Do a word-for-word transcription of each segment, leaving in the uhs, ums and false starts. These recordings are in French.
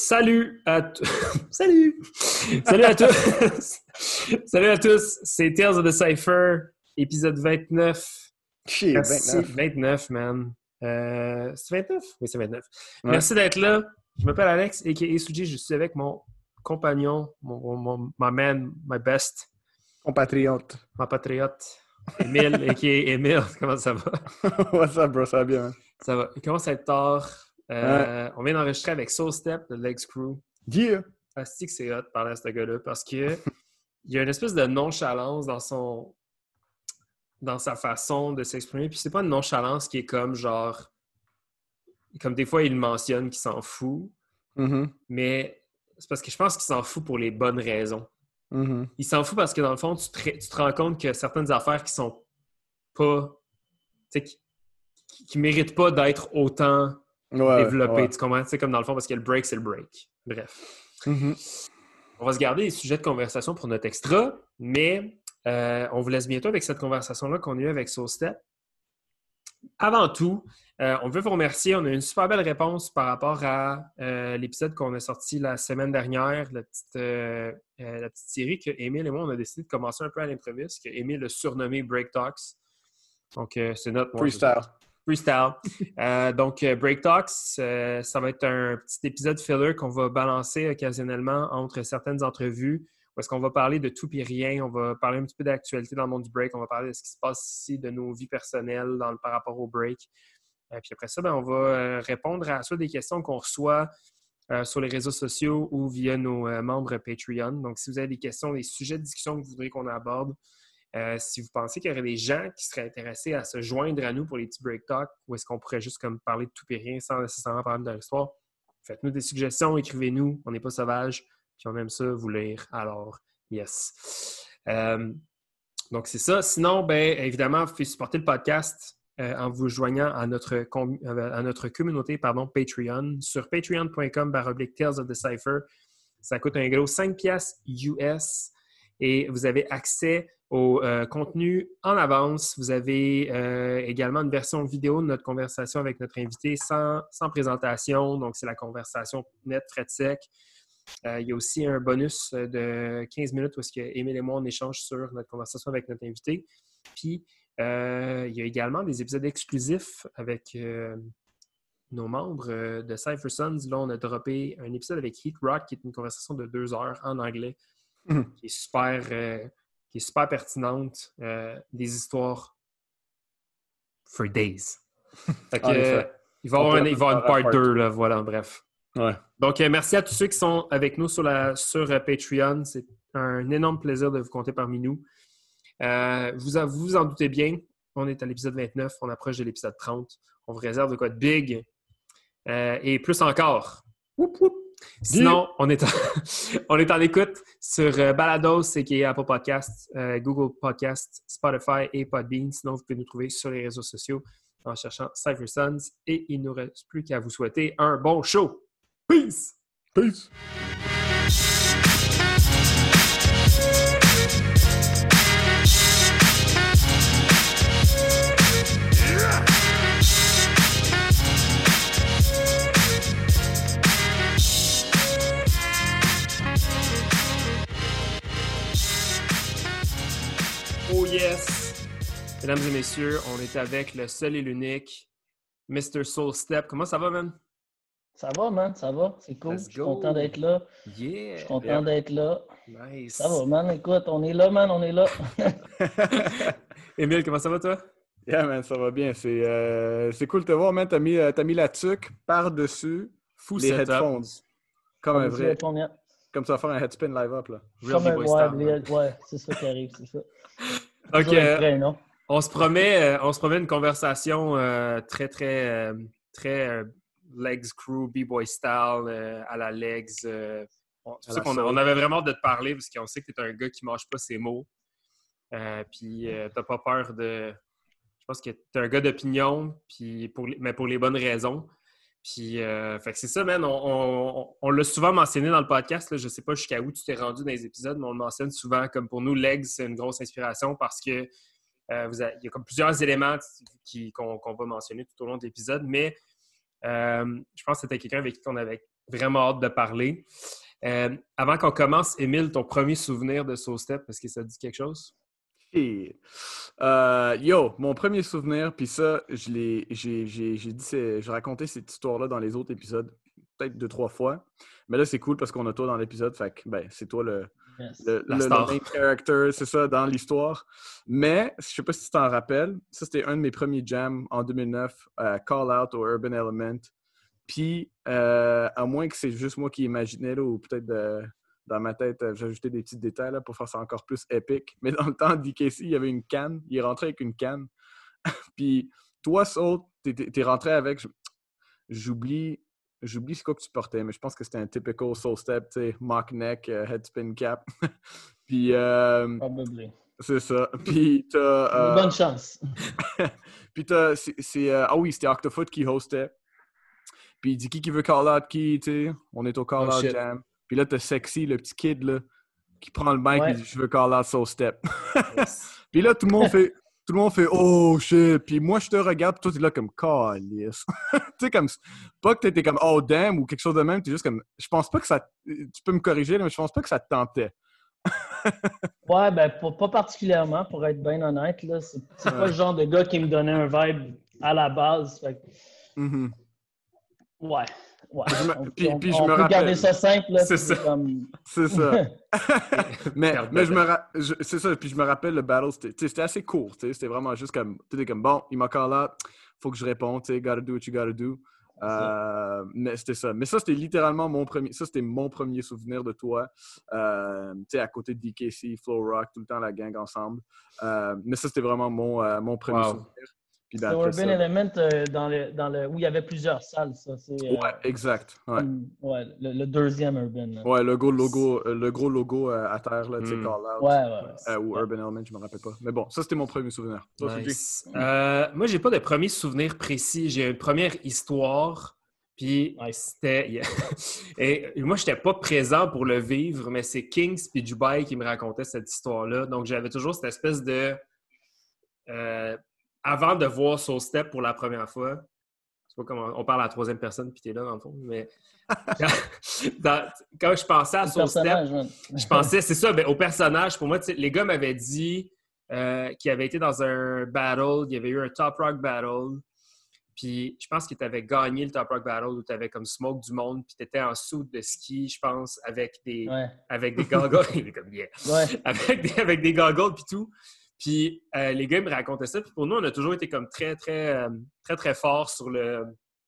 Salut à tous! Salut! Salut à tous! Salut à tous! C'est Tales of the Cypher, épisode vingt-neuf. Shit, Merci. vingt-neuf. vingt-neuf, man. Euh, c'est vingt-neuf? Oui, c'est vingt-neuf. Ouais. Merci d'être là. Je m'appelle Alex, a k a. Suji. Je suis avec mon compagnon, mon, mon, my man, my best, Compatriote. ma patriote, Émile, a k a. Émile. Comment ça va? What's up, bro? Ça va bien, man? Ça va. Il commence à être tard. Euh, Ouais. On vient d'enregistrer avec Soul Step, de Legs Crew. Yeah! Asti que c'est hot de parler à ce gars-là parce que il y a une espèce de nonchalance dans son dans sa façon de s'exprimer. Puis c'est pas une nonchalance qui est comme genre comme des fois il mentionne qu'il s'en fout, Mm-hmm. mais c'est parce que je pense qu'il s'en fout pour les bonnes raisons. Mm-hmm. Il s'en fout parce que dans le fond, tu te, tu te rends compte que certaines affaires qui sont pas tu sais, qui, qui, qui méritent pas d'être autant Ouais, développées. ouais. Tu comprends? Tu sais, comme dans le fond, parce que le break, c'est le break. Bref. Mm-hmm. On va se garder les sujets de conversation pour notre extra, mais euh, on vous laisse bientôt avec cette conversation-là qu'on a eue avec SoulStep. Avant tout, euh, on veut vous remercier. On a eu une super belle réponse par rapport à euh, l'épisode qu'on a sorti la semaine dernière, la petite, euh, euh, la petite série que Émile et moi, on a décidé de commencer un peu à l'improviste, que Émile a surnommé Break Talks. Donc, euh, c'est notre... moi, Freestyle. Freestyle. Euh, donc, euh, Break Talks, euh, ça va être un petit épisode filler qu'on va balancer occasionnellement entre certaines entrevues où est-ce qu'on va parler de tout et rien. On va parler un petit peu d'actualité dans le monde du break. On va parler de ce qui se passe ici, de nos vies personnelles dans le, par rapport au break. Euh, puis après ça, ben, on va euh, répondre à soit des questions qu'on reçoit euh, sur les réseaux sociaux ou via nos euh, membres Patreon. Donc, si vous avez des questions, des sujets de discussion que vous voudrez qu'on aborde, Euh, si vous pensez qu'il y aurait des gens qui seraient intéressés à se joindre à nous pour les petits break talks, ou est-ce qu'on pourrait juste comme parler de tout et rien sans nécessairement parler de leur histoire, faites-nous des suggestions, écrivez-nous, on n'est pas sauvages, puis on aime ça vous lire. Alors, yes. Euh, donc, c'est ça. Sinon, ben évidemment, vous pouvez supporter le podcast euh, en vous joignant à notre, com- à notre communauté pardon, Patreon sur patreon.com baroblique Tales of the Cypher. Ça coûte un gros cinq piastres U S et vous avez accès au euh, contenu en avance. Vous avez euh, également une version vidéo de notre conversation avec notre invité sans, sans présentation. Donc, c'est la conversation nette, frais de sec. Euh, il y a aussi un bonus de quinze minutes où est-ce que Émile et moi, on échange sur notre conversation avec notre invité. Puis, euh, il y a également des épisodes exclusifs avec euh, nos membres euh, de Cypher Sons. Là, on a droppé un épisode avec Heat Rock, qui est une conversation de deux heures en anglais, Mm-hmm. qui est super... Euh, qui est super pertinente, euh, des histoires for days. Fait que, En effet. euh, il va y avoir, un, il va y avoir une part deux, là, voilà, bref. Ouais. Donc, euh, merci à tous ceux qui sont avec nous sur, la, sur euh, Patreon. C'est un énorme plaisir de vous compter parmi nous. Euh, vous, vous vous en doutez bien, on est à l'épisode vingt-neuf, on approche de l'épisode trente. On vous réserve de quoi de big euh, et plus encore. Whoop, whoop. Sinon, on est, en, on est en écoute sur euh, Balados, c'est qui est Apple Podcasts, euh, Google Podcasts, Spotify et Podbean. Sinon, vous pouvez nous trouver sur les réseaux sociaux en cherchant Cypher Sons. Et il ne nous reste plus qu'à vous souhaiter un bon show. Peace! Peace! Oh yes! Mesdames et messieurs, on est avec le seul et l'unique mister Soul Step. Comment ça va, man? Ça va, man, ça va. C'est cool. Let's Je suis go. content d'être là. Yeah! Je suis content Yeah. d'être là. Nice! Ça va, man. Écoute, on est là, man, on est là. Émile, comment ça va, toi? Yeah, man, ça va bien. C'est, euh, c'est cool de te voir, man. T'as mis, euh, t'as mis la tuque par-dessus Full les setup. headphones. Comme un Comme vrai. ça, on est- Comme ça, faire un headspin live up, là. Real Comme un B-boy ouais, style, les- man. ouais, c'est ça qui arrive, c'est ça. Donc, Toujours être euh, prêt, non? on se promet, euh, on se promet une conversation euh, très, très, euh, très euh, Legs Crew, B-boy style, euh, à la Legs. Euh, on, c'est À ça la qu'on soul. on avait vraiment hâte de te parler parce qu'on sait que tu es un gars qui ne mâche pas ses mots. Euh, puis, euh, tu n'as pas peur de... Je pense que tu es un gars d'opinion, puis pour les- mais pour les bonnes raisons. Puis, euh, fait que c'est ça, man. On, on, on l'a souvent mentionné dans le podcast. Là, je ne sais pas jusqu'à où tu t'es rendu dans les épisodes, mais on le mentionne souvent comme pour nous, Legs, c'est une grosse inspiration parce que euh, vous avez, il y a comme plusieurs éléments qui, qu'on, qu'on va mentionner tout au long de l'épisode. Mais euh, je pense que c'était quelqu'un avec qui on avait vraiment hâte de parler. Euh, avant qu'on commence, Émile, ton premier souvenir de Soul Step, est-ce que ça dit quelque chose? Hey. Euh, yo, mon premier souvenir, puis ça, je l'ai, j'ai, j'ai, j'ai dit, c'est- j'ai raconté cette histoire-là dans les autres épisodes, peut-être deux, trois fois. Mais là, c'est cool parce qu'on a toi dans l'épisode, fait que, ben, c'est toi le, Yes. le, La le- star. le main character, c'est ça, dans l'histoire. Mais, je sais pas si tu t'en rappelles, ça, c'était un de mes premiers jams en deux mille neuf, euh, Call Out au Urban Element. Puis, euh, à moins que c'est juste moi qui imaginais, là, ou peut-être de- dans ma tête, euh, j'ai ajouté des petits détails là, pour faire ça encore plus épique. Mais dans le temps, D K C, il y avait une canne. Il est rentré avec une canne. Puis, toi, Saul, t'es, t'es- t'es rentré avec... J'oublie... J'oublie ce quoi que tu portais, mais je pense que c'était un typical Soul Step, tu sais, mock neck, euh, head spin cap. Puis, euh, Probably. c'est ça. Puis, t'as... euh, Bonne chance. Puis, t'as... C'est, c'est, euh, ah oui, c'était Octofoot qui hostait. Puis il dit qui qui veut call out qui, tu sais. On est au call Oh, out shit. jam. Puis là, t'as Sexy, le petit kid, là, qui prend le mic Ouais. et dit je veux call out Soul Step. Yes. Puis là, tout le monde fait. Tout le monde fait oh shit. Puis moi, je te regarde, puis toi, t'es là comme calice. Tu sais, comme. Pas que t'étais comme oh damn ou quelque chose de même. T'es juste comme. Je pense pas que ça. Tu peux me corriger, là, mais je pense pas que ça te tentait. Ouais, ben, pas, pas particulièrement, pour être bien honnête. Là. C'est, c'est pas le genre de gars qui me donnait un vibe à la base. Fait que, Mhm. ouais. Ouais. Je me- On, puis- on- puis je on me peut rappelle. garder ça simple. Là, C'est puis ça. Comme... C'est ça. mais, Perte mais de je me ra- je- c'est ça, puis je me rappelle le battle, c'était, tu sais, c'était assez court, tu sais, c'était vraiment juste comme, tu étais comme, bon, il m'a call out, faut que je réponde, tu sais, gotta do what you gotta do. Euh, mais c'était ça. Mais ça, c'était littéralement mon premier, ça, c'était mon premier souvenir de toi, euh, tu sais, à côté de D K C, Flow Rock, tout le temps la gang ensemble. Euh, mais ça, c'était vraiment mon, euh, mon premier Wow. souvenir. Puis ben, C'est après Urban ça, Element euh, dans le, dans le, où il y avait plusieurs salles. Ça. C'est, euh, ouais, exact. Ouais. comme- ouais, le, le deuxième Urban. Là. Ouais, le gros logo, euh, le gros logo euh, à terre, là, tu sais, Mm. call out. Ouais, ouais, ouais. Euh, ou Ouais. Urban Element, je me rappelle pas. Mais bon, ça, c'était mon premier souvenir. Toi, Suji? Nice. Euh, moi, j'ai pas de premier souvenir précis. J'ai une première histoire. Puis Nice. c'était. Et moi, j'étais pas présent pour le vivre, mais c'est Kings puis Dubai qui me racontaient cette histoire-là. Donc, j'avais toujours cette espèce de. Euh, avant de voir Soul Step pour la première fois, je sais pas comment. On parle à la troisième personne, puis t'es là, dans le fond, mais. Dans- quand je pensais à Le Soul Step, personnage, man. je pensais, c'est ça, ben, au personnage. Pour moi, tu sais, les gars m'avaient dit euh, qu'il avait été dans un battle, il y avait eu un Top Rock Battle. Puis je pense que tu avais gagné le Top Rock Battle où tu avais comme Smoke du monde, puis tu étais en suit de ski, je pense, avec des, Ouais. avec des goggles. Il est comme, yeah. Ouais. Avec des, avec des goggles, puis tout. Puis euh, les gars me racontaient ça. Puis pour nous, on a toujours été comme très, très, euh, très, très fort sur le.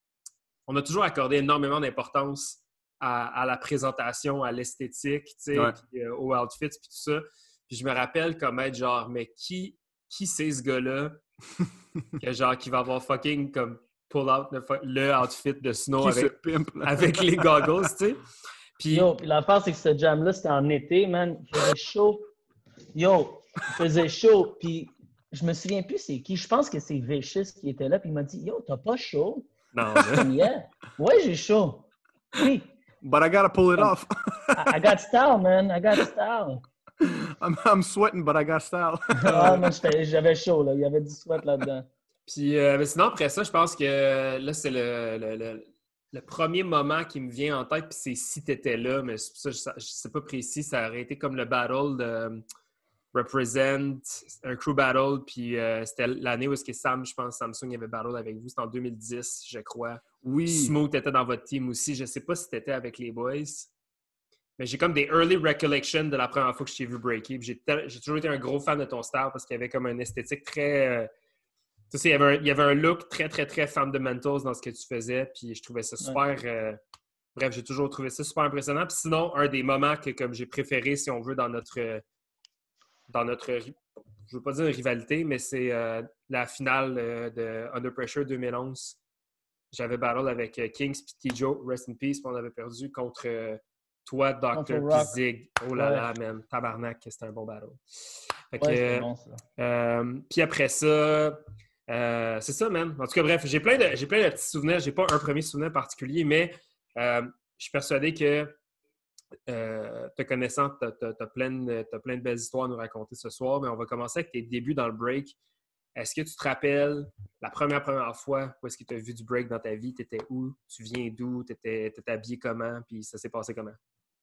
On a toujours accordé énormément d'importance à, à la présentation, à l'esthétique, tu sais, Ouais. puis, euh, aux outfits, puis tout ça. Puis je me rappelle comme être genre, mais qui, qui c'est ce gars-là que genre qui va avoir fucking comme pull out le, le outfit de Snow Qui avec, se pimpe, là? avec les goggles, tu sais. Puis Yo, puis l'affaire, c'est que ce jam-là, c'était en été, man. Il faisait chaud. Yo, il faisait chaud. Puis je me souviens plus c'est qui. Je pense que c'est Vicious qui était là. Puis il m'a dit, yo, t'as pas chaud? non, Comme, yeah. Ouais, j'ai chaud. Oui. But I gotta pull it off. I, I got style, man. I got style. I'm, I'm sweating, but I got style. Ah, man, j'étais- j'avais chaud, là. Il y avait du sweat là-dedans. Puis euh, mais sinon, après ça, je pense que euh, là, c'est le, le, le, le premier moment qui me vient en tête, puis c'est si t'étais là, mais c'est pour ça, je ne sais pas précis, ça aurait été comme le battle de euh, Represent, un crew battle, puis euh, c'était l'année où est-ce que Sam, je pense, Samsung avait battle avec vous, c'était en deux mille dix, je crois. Oui. Smooth était dans votre team aussi, je ne sais pas si t'étais avec les boys, mais j'ai comme des early recollections de la première fois que je t'ai vu breaker, puis j'ai, tel- j'ai toujours été un gros fan de ton style parce qu'il y avait comme une esthétique très... euh, tu sais, il y avait un, il y avait un look très, très, très fundamentals dans ce que tu faisais, puis je trouvais ça super... euh, bref, j'ai toujours trouvé ça super impressionnant. Puis sinon, un des moments que comme j'ai préféré, si on veut, dans notre... euh, dans notre... ri- je veux pas dire une rivalité, mais c'est euh, la finale euh, de Under Pressure deux mille onze. J'avais battle avec euh, Kings puis T-Joe, Rest in Peace, puis on avait perdu contre euh, toi, Doctor, Contre puis Rock. Zig. Oh là Ouais. là, man. Tabarnak, c'était un bon battle. Fait que, Ouais, c'était euh, bon, ça. euh, puis après ça, euh, c'est ça, man. En tout cas, bref, j'ai plein de, j'ai plein de petits souvenirs. J'ai pas un premier souvenir particulier, mais euh, je suis persuadé que euh, te connaissant, tu as plein, de- t'as plein de belles histoires à nous raconter ce soir. Mais on va commencer avec tes débuts dans le break. Est-ce que tu te rappelles la première, première fois où est-ce que tu as vu du break dans ta vie? Tu étais où? Tu viens d'où? Tu étais habillé comment? Puis ça s'est passé comment?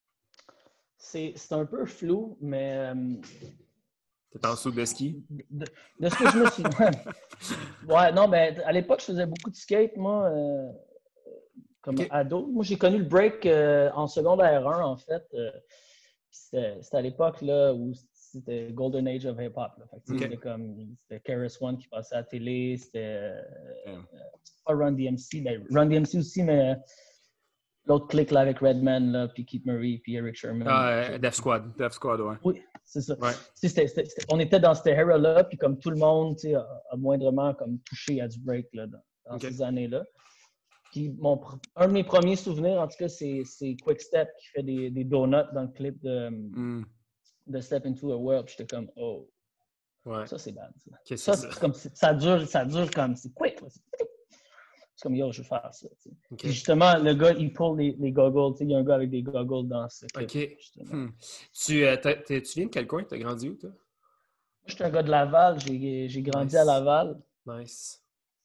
C'est un peu flou, mais... Euh, tu étais en saut de ski? De, de ce que je me suis... ouais, non, mais à l'époque, je faisais beaucoup de skate, moi, euh, comme okay. ado. Moi, j'ai connu le break euh, en secondaire un, en fait. Euh, C'était à l'époque là où c'était Golden Age of Hip-Hop. Okay. C'était comme c'était K R S One qui passait à la télé, c'était euh, pas Run D M C, mais Run D M C aussi, mais l'autre clique là avec Redman, là, puis Keith Murray, puis Eric Sherman. Ah, euh, Def Squad. Def Squad, ouais. Oui, c'est ça. Ouais. C'était, c'était, c'était, on était dans cette era-là, puis comme tout le monde a, a moindrement comme touché à du break là, dans, dans okay. ces années-là. Puis mon, un de mes premiers souvenirs, en tout cas, c'est Quickstep qui fait des, des donuts dans le clip de, mm. de Step Into a World. J'étais comme, oh, ouais. ça c'est bad. Ça, que ça, ça? Comme, ça dure, ça dure comme, c'est quick. C'est comme, yo, je vais faire ça. Okay. Puis justement, le gars, il pull les, les goggles. Il y a un gars avec des goggles dans ce clip. OK. Hmm. Tu, euh, tu viens de quel coin? Tu as grandi où, toi? Moi, je suis un gars de Laval. J'ai grandi nice. à Laval. Nice.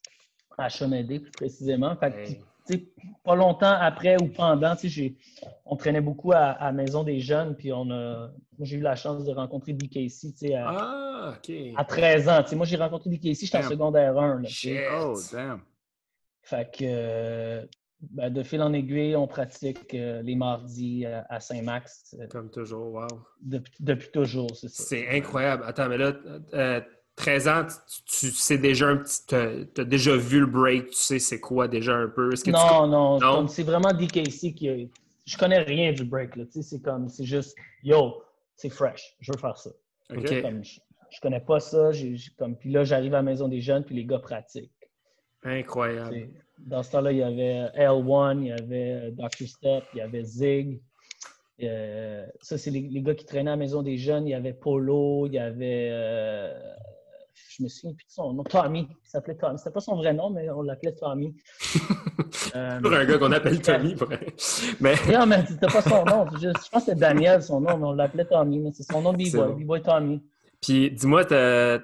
À Chamédé, plus précisément. Fait que, hey. Pas longtemps après ou pendant, on traînait beaucoup à, à la Maison des Jeunes, puis on a, moi, j'ai eu la chance de rencontrer D K C à, ah, okay. à treize ans. T'sais, moi, j'ai rencontré D K C, j'étais en secondaire un. Là, oh, damn! Fait que, euh, ben, de fil en aiguille, on pratique euh, les mardis euh, à Saint-Max. Euh, Comme toujours, wow! Depuis, depuis toujours, c'est ça. C'est incroyable. Attends, mais là... Euh, treize ans, tu, tu sais déjà un petit... Tu as déjà vu le break, tu sais c'est quoi déjà un peu? Que non, tu... non, non. C'est vraiment D K C qui a... Je connais rien du break, là. C'est comme... C'est juste, yo, c'est fresh. Je veux faire ça. Okay. Comme, je, je connais pas ça. J ai, j ai, comme, puis là, j'arrive à la Maison des Jeunes, puis les gars pratiquent. Incroyable. Dans ce temps-là, il y avait L un, il y avait docteur Step, il y avait Zig. Euh, ça, c'est les, les gars qui traînaient à la Maison des Jeunes. Il y avait Polo, il y avait... Euh, je me souviens plus de son nom. Tommy. Il s'appelait Tommy. C'était pas son vrai nom, mais on l'appelait Tommy. euh, pour un gars qu'on appelle Tommy. Pour... mais... Non, mais c'était pas son nom. Je, je pense que c'était Daniel, son nom, mais on l'appelait Tommy. Mais c'est son nom de B-Boy. B-Boy Tommy. Puis, dis-moi, euh,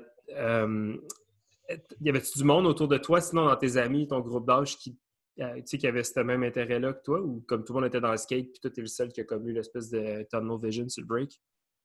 y avait-tu du monde autour de toi, sinon dans tes amis, ton groupe d'âge, qui, euh, tu sais, qui avait ce même intérêt-là que toi, ou comme tout le monde était dans le skate, puis toi, t'es le seul qui a comme eu l'espèce de tunnel vision sur le break?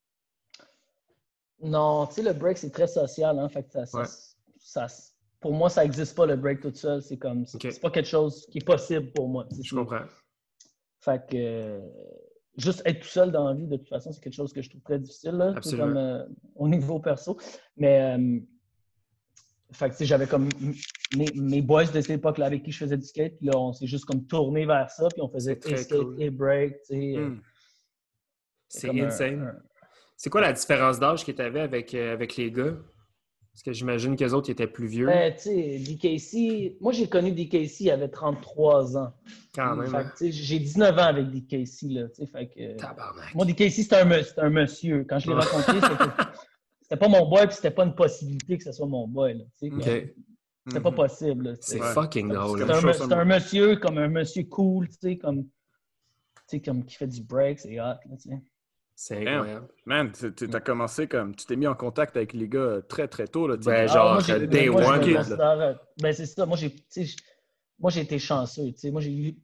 Non, tu sais, le break, c'est très social. Hein? Fait que ça, ça, ouais. ça, pour moi, ça n'existe pas, le break tout seul. C'est comme, c'est okay. pas quelque chose qui est possible pour moi. Je comprends. Fait que euh, juste être tout seul dans la vie, de toute façon, c'est quelque chose que je trouve très difficile, là, comme, euh, au niveau perso. Mais, euh, fait que tu sais, j'avais comme mes, mes boys de cette époque-là avec qui je faisais du skate. Puis là, on s'est juste comme tourné vers ça. Puis on faisait et skate cool. et break. Tu sais. Mm. C'est insane. Un, un... C'est quoi la différence d'âge que tu avais avec, euh, avec les gars? Parce que j'imagine qu'eux autres ils étaient plus vieux. Ben, tu sais, D K C, moi j'ai connu D K C, il avait trente-trois ans. Quand même. Fait hein? que, j'ai dix-neuf ans avec D K C. Là, fait que, Tabarnak. Moi, D K C, c'était un, un monsieur. Quand je l'ai rencontré, c'était pas mon boy, puis c'était pas une possibilité que ce soit mon boy. Là, okay. C'était mm-hmm. pas possible. C'est fucking drôle. C'était un, un, un monsieur comme un monsieur cool, tu sais, comme, comme qui fait du break, c'est hot. Là, c'est incroyable. Man, tu as commencé comme... Tu t'es mis en contact avec les gars très, très tôt. Là, ben, genre, ah, day moi, one. Considère, ben, c'est ça. Moi, j'ai moi j'ai été chanceux. Moi, j'ai eu...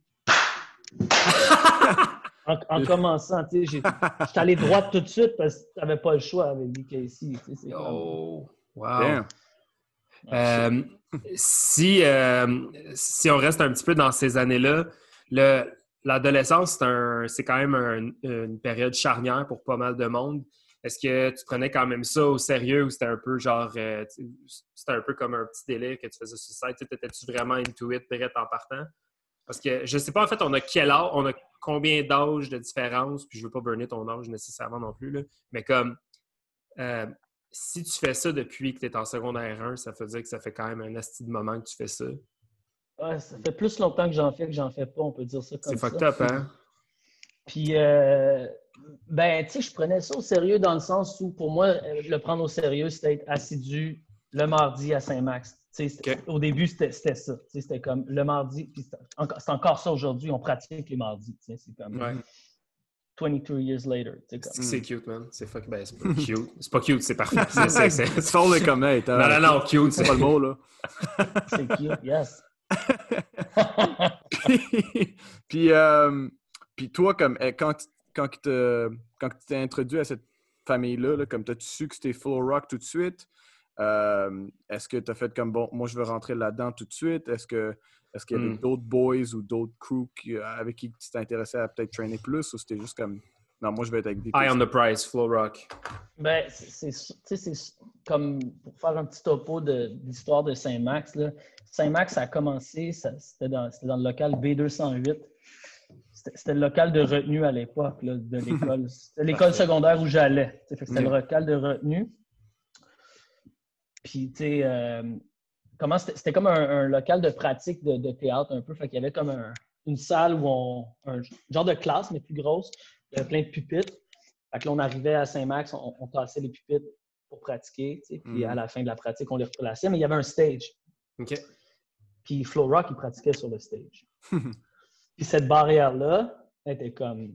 en, en commençant, j'étais allé droit tout de suite parce que tu n'avais pas le choix avec D K C. Oh, wow. Euh, si, euh, si on reste un petit peu dans ces années-là, le... L'adolescence, c'est quand même un, une période charnière pour pas mal de monde. Est-ce que tu prenais quand même ça au sérieux ou c'était un peu genre, euh, c'était un peu comme un petit délire que tu faisais sur le site? T'étais-tu vraiment into it, direct en partant? Parce que je sais pas, en fait, on a quel âge, on a combien d'âges de différence, puis je veux pas burner ton âge nécessairement non plus, là. Mais comme, euh, si tu fais ça depuis que tu es en secondaire un, ça veut dire que ça fait quand même un asti de moment que tu fais ça. Ouais, ça fait plus longtemps que j'en fais que j'en fais pas, on peut dire ça comme ça. C'est fucked up, hein? Puis, euh, ben, tu sais, je prenais ça au sérieux dans le sens où, pour moi, le prendre au sérieux, c'était être assidu le mardi à Saint-Max. Okay. Au début, c'était ça. C'était comme le mardi, puis c'est encore, encore ça aujourd'hui, on pratique les mardis. C'est comme... Ouais. twenty-two years later. C'est, c'est cute, man. C'est fuck, ben, c'est pas cute. C'est pas cute, c'est parfait. C'est, c'est, c'est, c'est... Tu parles comme mec. Non, non, non, cute. C'est pas le mot, là. C'est cute, yes. puis, puis, euh, puis toi, comme, quand, quand, te, quand tu t'es introduit à cette famille-là, là, comme t'as-tu su que c'était Flow Rock tout de suite? Euh, est-ce que tu as fait comme, bon, moi, je veux rentrer là-dedans tout de suite? Est-ce que est-ce qu'il y avait mm. d'autres boys ou d'autres crews qui, avec qui tu t'intéressais à peut-être traîner plus? Ou c'était juste comme, non, moi, je vais être avec des... Eye on the prize, Flow Rock. Ben, c'est, c'est, c'est comme, pour faire un petit topo de, de l'histoire de Saint-Max, là. Saint-Max, ça a commencé, ça, c'était, dans, c'était dans le local B deux cent huit. C'était, c'était le local de retenue à l'époque là, de l'école. C'était l'école secondaire où j'allais. Fait que c'était mm. le local de retenue. Puis, tu sais, euh, comment c'était, c'était comme un, un local de pratique de, de théâtre un peu. Fait qu'il y avait comme un, une salle où on... un genre de classe, mais plus grosse. Il y avait plein de pupitres. Fait que là, on arrivait à Saint-Max, on, on tassait les pupitres pour pratiquer. Tu sais, puis mm. à la fin de la pratique, on les replaçait. Mais il y avait un stage. OK. Puis Flow Rock, il pratiquait sur le stage. Puis cette barrière-là était comme...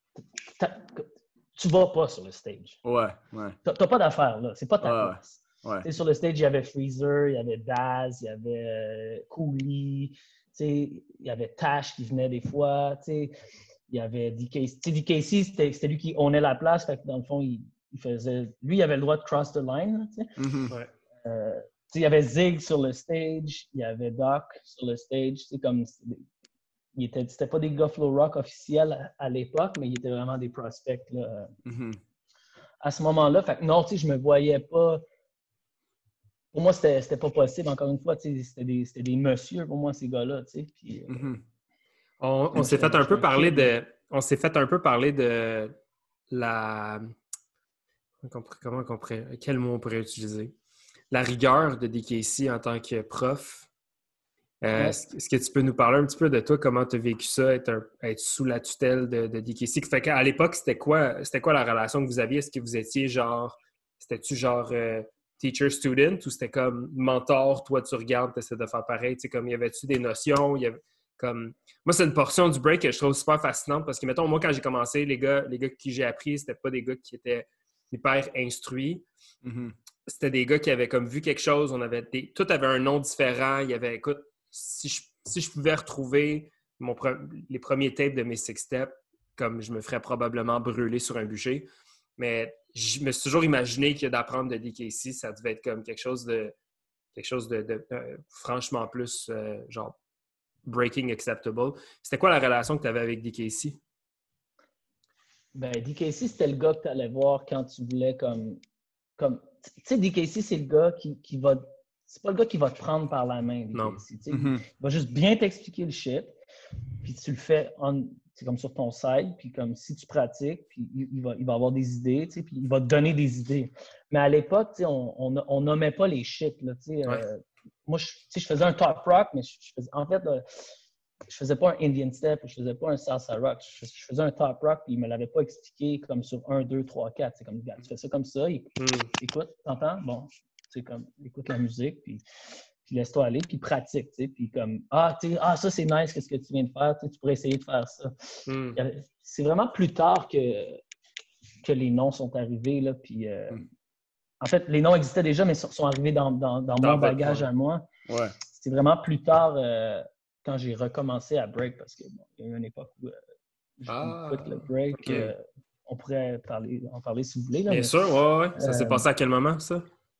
Tu vas pas sur le stage. Ouais, ouais. T'as, t'as pas d'affaires, là. C'est pas ta ouais, place. Ouais. Sur le stage, il y avait Freezer, il y avait Daz, il y avait euh, Cooley, il y avait Tash qui venait des fois, il y avait D K C. D K C, c'était, c'était lui qui ownait la place, fait que dans le fond, il, il faisait... Lui, il avait le droit de cross the line. Mm-hmm. Ouais. Euh, il y avait Zig sur le stage, il y avait Doc sur le stage. Comme, il était, c'était pas des gars Flow Rock officiels à, à l'époque, mais ils étaient vraiment des prospects là, mm-hmm. à ce moment-là. Fait que non, je me voyais pas... Pour moi, c'était, c'était pas possible. Encore une fois, c'était des, c'était des messieurs pour moi, ces gars-là. Puis, euh, mm-hmm. On, on s'est fait un peu parler de... On s'est fait un peu parler de la... Comment on pourrait... Quel mot on pourrait utiliser? La rigueur de D K C en tant que prof. Euh, ouais. Est-ce que tu peux nous parler un petit peu de toi, comment tu as vécu ça, être, un, être sous la tutelle de, de D K C? Fait qu'à l'époque, c'était quoi, c'était quoi la relation que vous aviez? Est-ce que vous étiez genre... C'était-tu genre... Euh, teacher-student ou c'était comme mentor, toi tu regardes, tu essaies de faire pareil, tu sais, comme y avait-tu des notions, il y avait comme... Moi, c'est une portion du break que je trouve super fascinante parce que, mettons, moi, quand j'ai commencé, les gars, les gars qui j'ai appris, c'était pas des gars qui étaient hyper instruits. Mm-hmm. C'était des gars qui avaient comme vu quelque chose, on avait des... tout avait un nom différent, il y avait, écoute, si je, si je pouvais retrouver mon pre... les premiers tapes de mes six steps, comme je me ferais probablement brûler sur un bûcher, mais je me suis toujours imaginé que d'apprendre de D K C, ça devait être comme quelque chose de quelque chose de, de, de franchement plus euh, genre breaking acceptable. C'était quoi la relation que tu avais avec D K C? Ben, D K C, c'était le gars que tu allais voir quand tu voulais comme... comme tu sais, D K C, c'est le gars qui, qui va... C'est pas le gars qui va te prendre par la main, D K C. Mm-hmm. Il va juste bien t'expliquer le shit, puis tu le fais en... C'est comme sur ton site, puis comme si tu pratiques, puis il, il, va, il va avoir des idées, tu sais, puis il va te donner des idées. Mais à l'époque, tu sais, on, on, on nommait pas les shit, là, tu sais. Ouais. Euh, moi, je, tu sais, je faisais un top rock, mais je, je faisais, en fait, là, je faisais pas un Indian step, je faisais pas un salsa rock. Je, je faisais un top rock, puis il me l'avait pas expliqué comme sur un, deux, trois, quatre. C'est comme, regarde, tu fais ça comme ça, et, mm. écoute, t'entends? Bon, c'est comme, écoute la musique, puis... puis laisse-toi aller, puis pratique, tu sais, puis comme, ah, tu sais, ah, ça, c'est nice, qu'est-ce que tu viens de faire, tu sais, tu pourrais essayer de faire ça. Mm. C'est vraiment plus tard que, que les noms sont arrivés, là, puis euh, mm. en fait, les noms existaient déjà, mais sont, sont arrivés dans, dans, dans, dans mon bagage ouais. à moi. Ouais. C'était vraiment plus tard, euh, quand j'ai recommencé à break, parce qu'il bon, y a eu une époque où euh, j'ai ah, quitté le break, okay. euh, on pourrait parler, en parler si vous voulez. Là, Bien mais, sûr, ouais, ouais. Ça euh, s'est passé à quel moment, ça?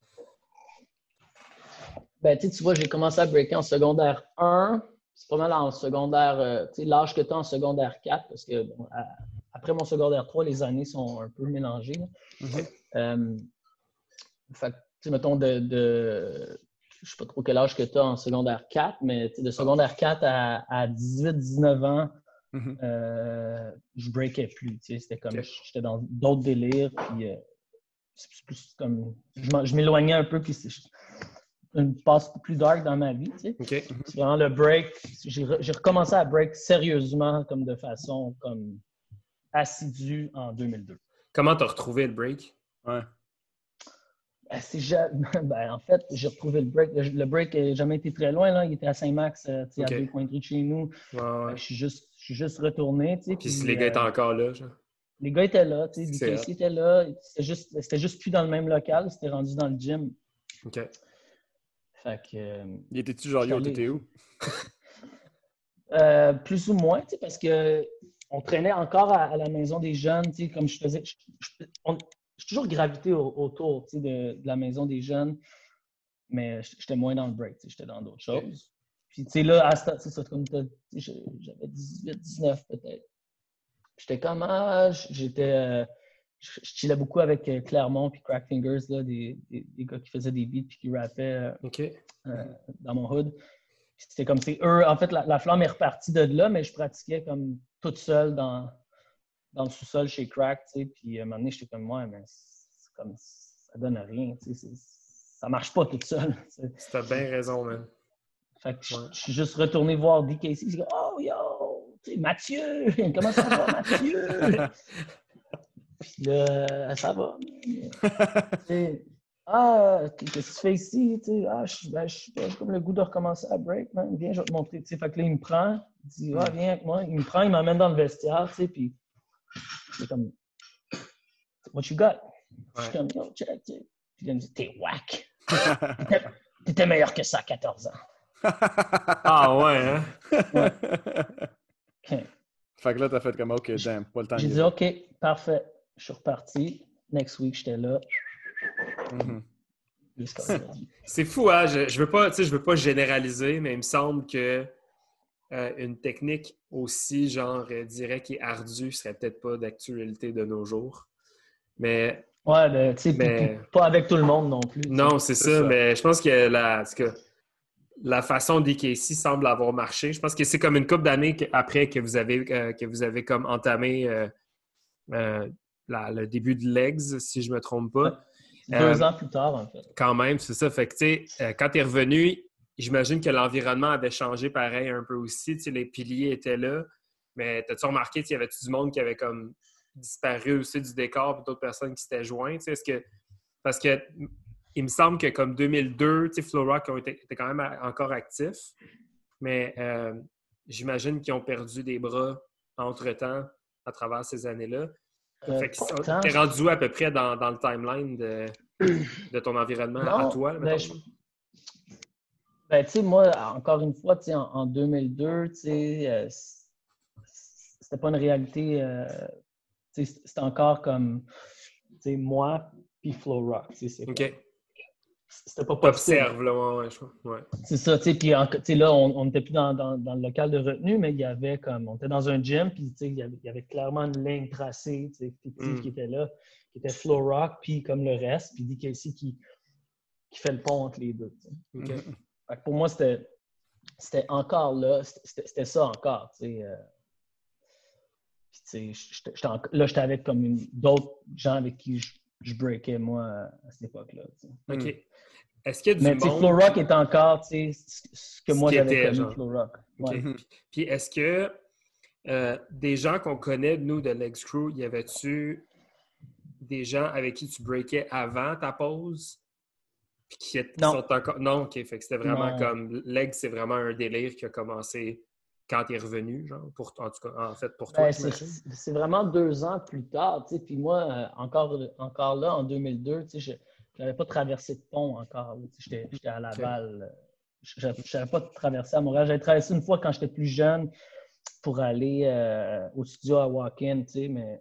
Ben, tu vois, j'ai commencé à breaker en secondaire un. C'est pas mal en secondaire, euh, tu sais, l'âge que tu as en secondaire quatre, parce que bon, à, après mon secondaire trois, les années sont un peu mélangées. Mm-hmm. Euh, fait que, tu sais, mettons, de, de je sais pas trop quel âge que tu as en secondaire quatre, mais de secondaire quatre à, à dix-huit dix-neuf ans, mm-hmm. euh, je breakais plus. Tu sais, c'était comme, okay. J'étais dans d'autres délires, puis euh, c'est plus comme, je, je m'éloignais un peu, puis c'est, une passe plus dark dans ma vie, tu sais. Okay. C'est vraiment le break. J'ai, re, j'ai recommencé à break sérieusement, comme de façon comme assidue en deux mille deux. Comment t'as retrouvé le break? Ouais. Ben, c'est ja... ben, en fait, j'ai retrouvé le break. Le, le break n'a jamais été très loin, là. Il était à Saint-Max, euh, okay. à deux coins de rue de chez nous. Ouais, ouais. Ben, je suis juste, je suis juste retourné, tu sais. Puis, puis les gars euh... étaient encore là, genre? les gars étaient là, tu sais, D K C'est C était là. C'était juste, c'était juste plus dans le même local, c'était rendu dans le gym. OK. Fait que... euh, Il était-tu genre, yo, j'allais- t'étais où? Euh, plus ou moins, tu sais, parce que on traînait encore à, à la maison des jeunes, tu sais, comme je faisais. Je, je, on- j'ai toujours gravité au- autour, tu sais, de, de la maison des jeunes, mais j'étais moins dans le break, tu sais, j'étais dans d'autres choses. Puis, tu sais, là, à ce temps, c'est ça, comme t'as dit, j'avais dix-huit, dix-neuf peut-être. J'étais comme, ah, j'étais. euh, je, je chillais beaucoup avec euh, Clermont puis Crack Fingers, là, des, des, des gars qui faisaient des beats puis qui rappaient euh, OK. euh, dans mon hood. Puis c'était comme, c'est eux, en fait, la, la flamme est repartie de là, mais je pratiquais comme toute seule dans, dans le sous-sol chez Crack, tu sais. Puis à un moment donné, j'étais comme, ouais, mais c'est comme, ça donne rien, tu sais. Ça marche pas toute seule. T'as bien raison, man. Fait que je, Ouais. je suis juste retourné voir D K C. J'ai dit, oh, yo, tu sais, Mathieu, comment ça va, Mathieu? Puis là, ça va. Tu sais, ah, qu'est-ce que tu fais ici? Tu sais, ah, je, ben, je- j'ai comme le goût de recommencer à break, man. Viens, je vais te montrer. Tu sais, fait que là, il me prend. Il dit, ah, viens avec moi. Il me prend, il m'emmène dans le vestiaire, tu sais, puis c'est comme, what you got? Je suis comme, yo, check, tu sais. Puis il me dit, t'es whack. T'étais- T'étais meilleur que ça à quatorze ans. Ah ouais, hein? Ouais. OK. Fait que là, t'as fait comme, OK, damn, pas le temps de J'ai dit, give up. OK, parfait. Je suis reparti. Next week, j'étais là. Mhm. Les scores, il a dit. C'est fou, hein? Je, je veux pas, tu sais, je veux pas généraliser, mais il me semble que euh, une technique aussi, genre, euh, directe et ardue serait peut-être pas d'actualité de nos jours. Mais Ouais, ben, tu sais, puis- Mais- puis pas avec tout le monde non plus. tu sais. non, c'est C'est ça, ça. mais je pense que la, en tout cas, la façon D K C semble avoir marché. Je pense que c'est comme une couple d'années que- après que vous avez, euh, que vous avez comme entamé euh, euh, la- le début de Legs, si je me trompe pas. Deux Euh, ans plus tard, en fait. Quand même, c'est ça. Fait que, tu sais, euh, quand tu es revenu, j'imagine que l'environnement avait changé pareil un peu aussi. Tu sais, les piliers étaient là. Mais t'as-tu remarqué, qu'il y avait-tu du monde qui avait comme disparu aussi du décor et d'autres personnes qui s'étaient joints? Tu sais, est-ce que... Parce que il me semble que comme deux mille deux, tu sais, Flow Rock ont été, étaient quand même a- encore actifs. Mais euh, j'imagine qu'ils ont perdu des bras entre-temps à travers ces années-là. Euh, Fait que pas tant. t'es rendu où à peu près dans, dans le timeline de, de ton environnement à Non, toi, ben, mettons? je- ben, tu sais, moi, encore une fois, tu sais, en, en deux mille deux, tu sais, euh, c- c'était pas une réalité. euh, tu sais, c'était encore comme, tu sais, moi puis Flow Rock. Tu sais, c'est OK. comme- C'était pas possible. T'observes, là, ouais, ouais, je crois. Ouais. C'est ça, tu sais, puis en- tu sais, là, on n'était plus dans, dans, dans le local de retenue, mais il y avait comme, on était dans un gym, puis tu sais, il y avait, il y avait clairement une ligne tracée, tu sais, fictive Mm. qui était là, qui était Flow Rock, puis comme le reste, puis D K C qui, qui fait le pont entre les deux. tu sais. OK. Fait que pour moi, c'était, c'était encore là, c'était, c'était ça encore, tu sais. euh. Puis tu sais, j'étais- j'étais en- là, j'étais avec comme une- d'autres gens avec qui je, je breakais, moi, à cette époque-là. tu sais. OK. Est-ce qu'il y a du Mais tu sais, monde... Flow Rock est encore, tu sais, ce ce que Ce moi qui j'avais était, connu genre. de Flow Rock. OK. Ouais. Puis, puis est-ce que euh, des gens qu'on connaît, nous, de Legs Crew, y avait-tu des gens avec qui tu breakais avant ta pause? Puis qui, qui Non. sont encore... Non, OK. Fait que c'était vraiment Non. comme... Legs, c'est vraiment un délire qui a commencé quand tu es revenu, genre, pour, en tout cas, en fait, pour toi, Ben, c'est, j'imagine. c'est vraiment deux ans plus tard, tu sais. Puis moi, euh, encore, encore là, en deux mille deux, tu sais, je n'avais pas traversé de pont encore. là, tu sais, J'étais, j'étais à Laval. euh, Je n'avais pas traversé à Montréal. J'avais traversé une fois quand j'étais plus jeune pour aller euh, au studio à Walk-In, tu sais, mais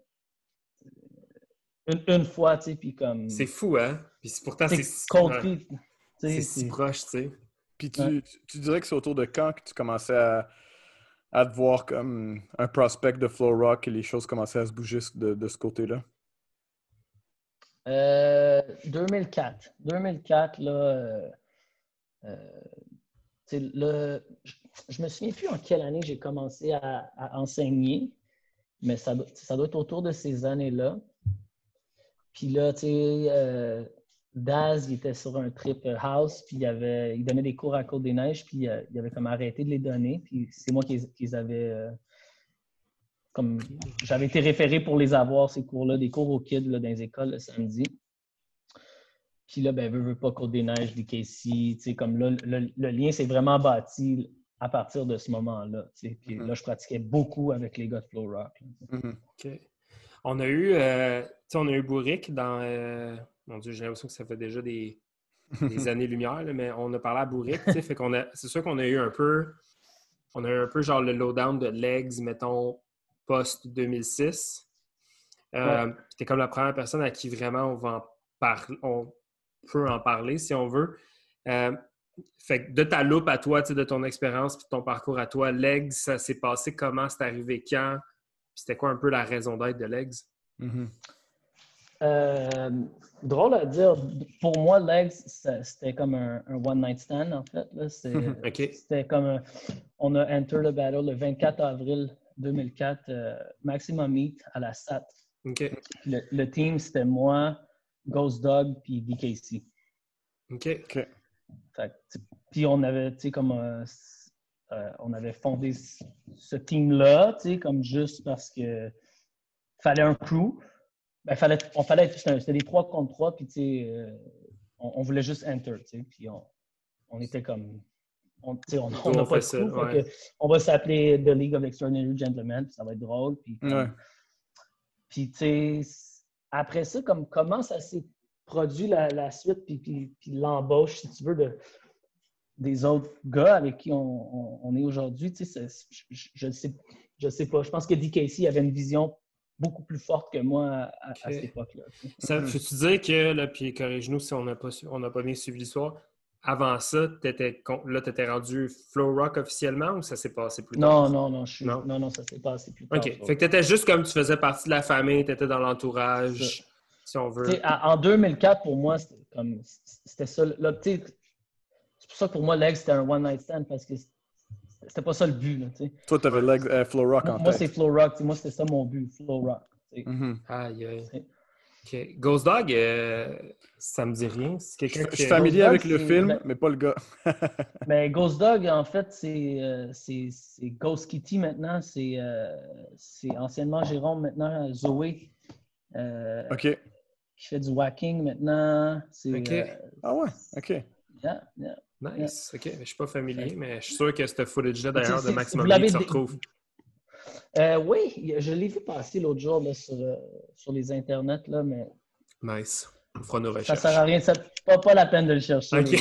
une, une fois, tu sais, puis comme... C'est fou, hein? Puis c'est- pourtant, tu c'est sais, si, Cold ouais, Feet, tu c'est sais, si c'est- proche, tu sais. Puis tu, Ouais. tu, tu dirais que c'est autour de quand que tu commençais à, à te voir comme un prospect de Flow Rock et les choses commençaient à se bouger de, de ce côté-là? Euh, deux mille quatre. deux mille quatre, là, euh, euh, tu sais, là, je, je me souviens plus en quelle année j'ai commencé à, à enseigner, mais ça, doit- ça doit être autour de ces années-là. Puis là, tu sais, euh, Daz, il était sur un trip euh, house, puis il, avait, il donnait des cours à Côte-des-Neiges, puis euh, il avait comme arrêté de les donner, puis c'est moi qui, les- qui les avais... euh, comme j'avais été référé pour les avoir, ces cours-là, des cours aux kids là, dans les écoles le samedi. Puis là, ben, veux, veux pas Côte-des-Neiges, D K C, tu sais, comme là, le, le lien s'est vraiment bâti à partir de ce moment-là, tu sais. Puis Mhm. là, je pratiquais beaucoup avec les gars de Flow Rock. là. Mhm. OK. On a eu, euh, tu sais, on a eu Bourrique dans... Euh, mon Dieu, j'ai l'impression que ça fait déjà des, des années-lumière, là, mais on a parlé à Bourrique, tu sais, fait qu'on a... C'est sûr qu'on a eu un peu... On a eu un peu genre le lowdown de Legs, mettons, post-deux mille six. Euh, Ouais. T'es comme la première personne à qui vraiment on va en parler, on peut en parler si on veut. Euh, fait que de ta loupe à toi, de ton expérience puis de ton parcours à toi, Legs, ça s'est passé comment? C'est arrivé quand? Puis c'était quoi un peu la raison d'être de Legs? Mm-hmm. Euh, drôle à dire. Pour moi, Legs, c'était comme un, un one-night stand, en fait. Là. Okay. C'était comme un, on a enter the battle le vingt-quatre avril deux mille quatre, euh, Maximum Meet à la S A T. Okay. Le, le team, c'était moi, Ghost Dog puis D K C. OK. OK. Fait, puis on avait, tu sais, comme euh, euh, on avait fondé ce, ce team-là, tu sais, comme juste parce que fallait un crew. Ben, fallait, on fallait être, c'était des trois contre trois, puis tu sais, euh, on, on voulait juste enter, tu sais, puis on, on était comme, on n'a on, on on pas de crew, ça, ouais. On va s'appeler The League of Extraordinary Gentlemen, puis ça va être drôle, puis comme, ouais. Puis, tu sais, après ça, comme, comment ça s'est produit la, la suite, puis, puis, puis l'embauche, si tu veux, de, des autres gars avec qui on, on, on est aujourd'hui, tu sais, je ne sais, je sais pas. Je pense que D K C avait une vision beaucoup plus forte que moi à, okay. à cette époque-là. Ça, peux-tu dire que, là, puis corrige-nous si on n'a pas, pas bien suivi l'histoire, avant ça, t'étais, là, tu étais rendu Flow Rock officiellement ou ça s'est passé plus tard? Non, non, non, je suis... non. non, non, ça s'est passé plus tard. OK. Fait que tu étais juste comme tu faisais partie de la famille, tu étais dans l'entourage, si on veut. T'sais, en deux mille quatre, pour moi, c'était comme c'était ça. Là, c'est pour ça que pour moi, Legs, c'était un one-night stand parce que c'était pas ça le but. Là, toi, tu avais Legs, euh, Flow Rock moi, en moi, tête. Moi, c'est Flow Rock. Moi, c'était ça mon but, Flow Rock. Mm-hmm. Aïe, aïe. OK. Ghost Dog, euh, ça me dit rien. C'est quelqu'un je, qui... je suis familier Ghost avec Dog, le film, ben, mais pas le gars. Mais Ghost Dog, en fait, c'est, euh, c'est, c'est Ghost Kitty maintenant. C'est, euh, c'est anciennement Jérôme, maintenant Zoé. Euh, OK. Qui fait du whacking maintenant. C'est, OK. Euh, ah ouais? OK. Yeah, yeah, nice. yeah. OK. Je ne suis pas familier, okay. mais je suis sûr que ce footage-là, d'ailleurs, c'est, de Maximum Meet se retrouve. Euh, oui, je l'ai vu passer l'autre jour là, sur, euh, sur les internets, là, mais... Nice. On fera nos recherches. Ça sert à rien, ça pas, pas la peine de le chercher. Okay.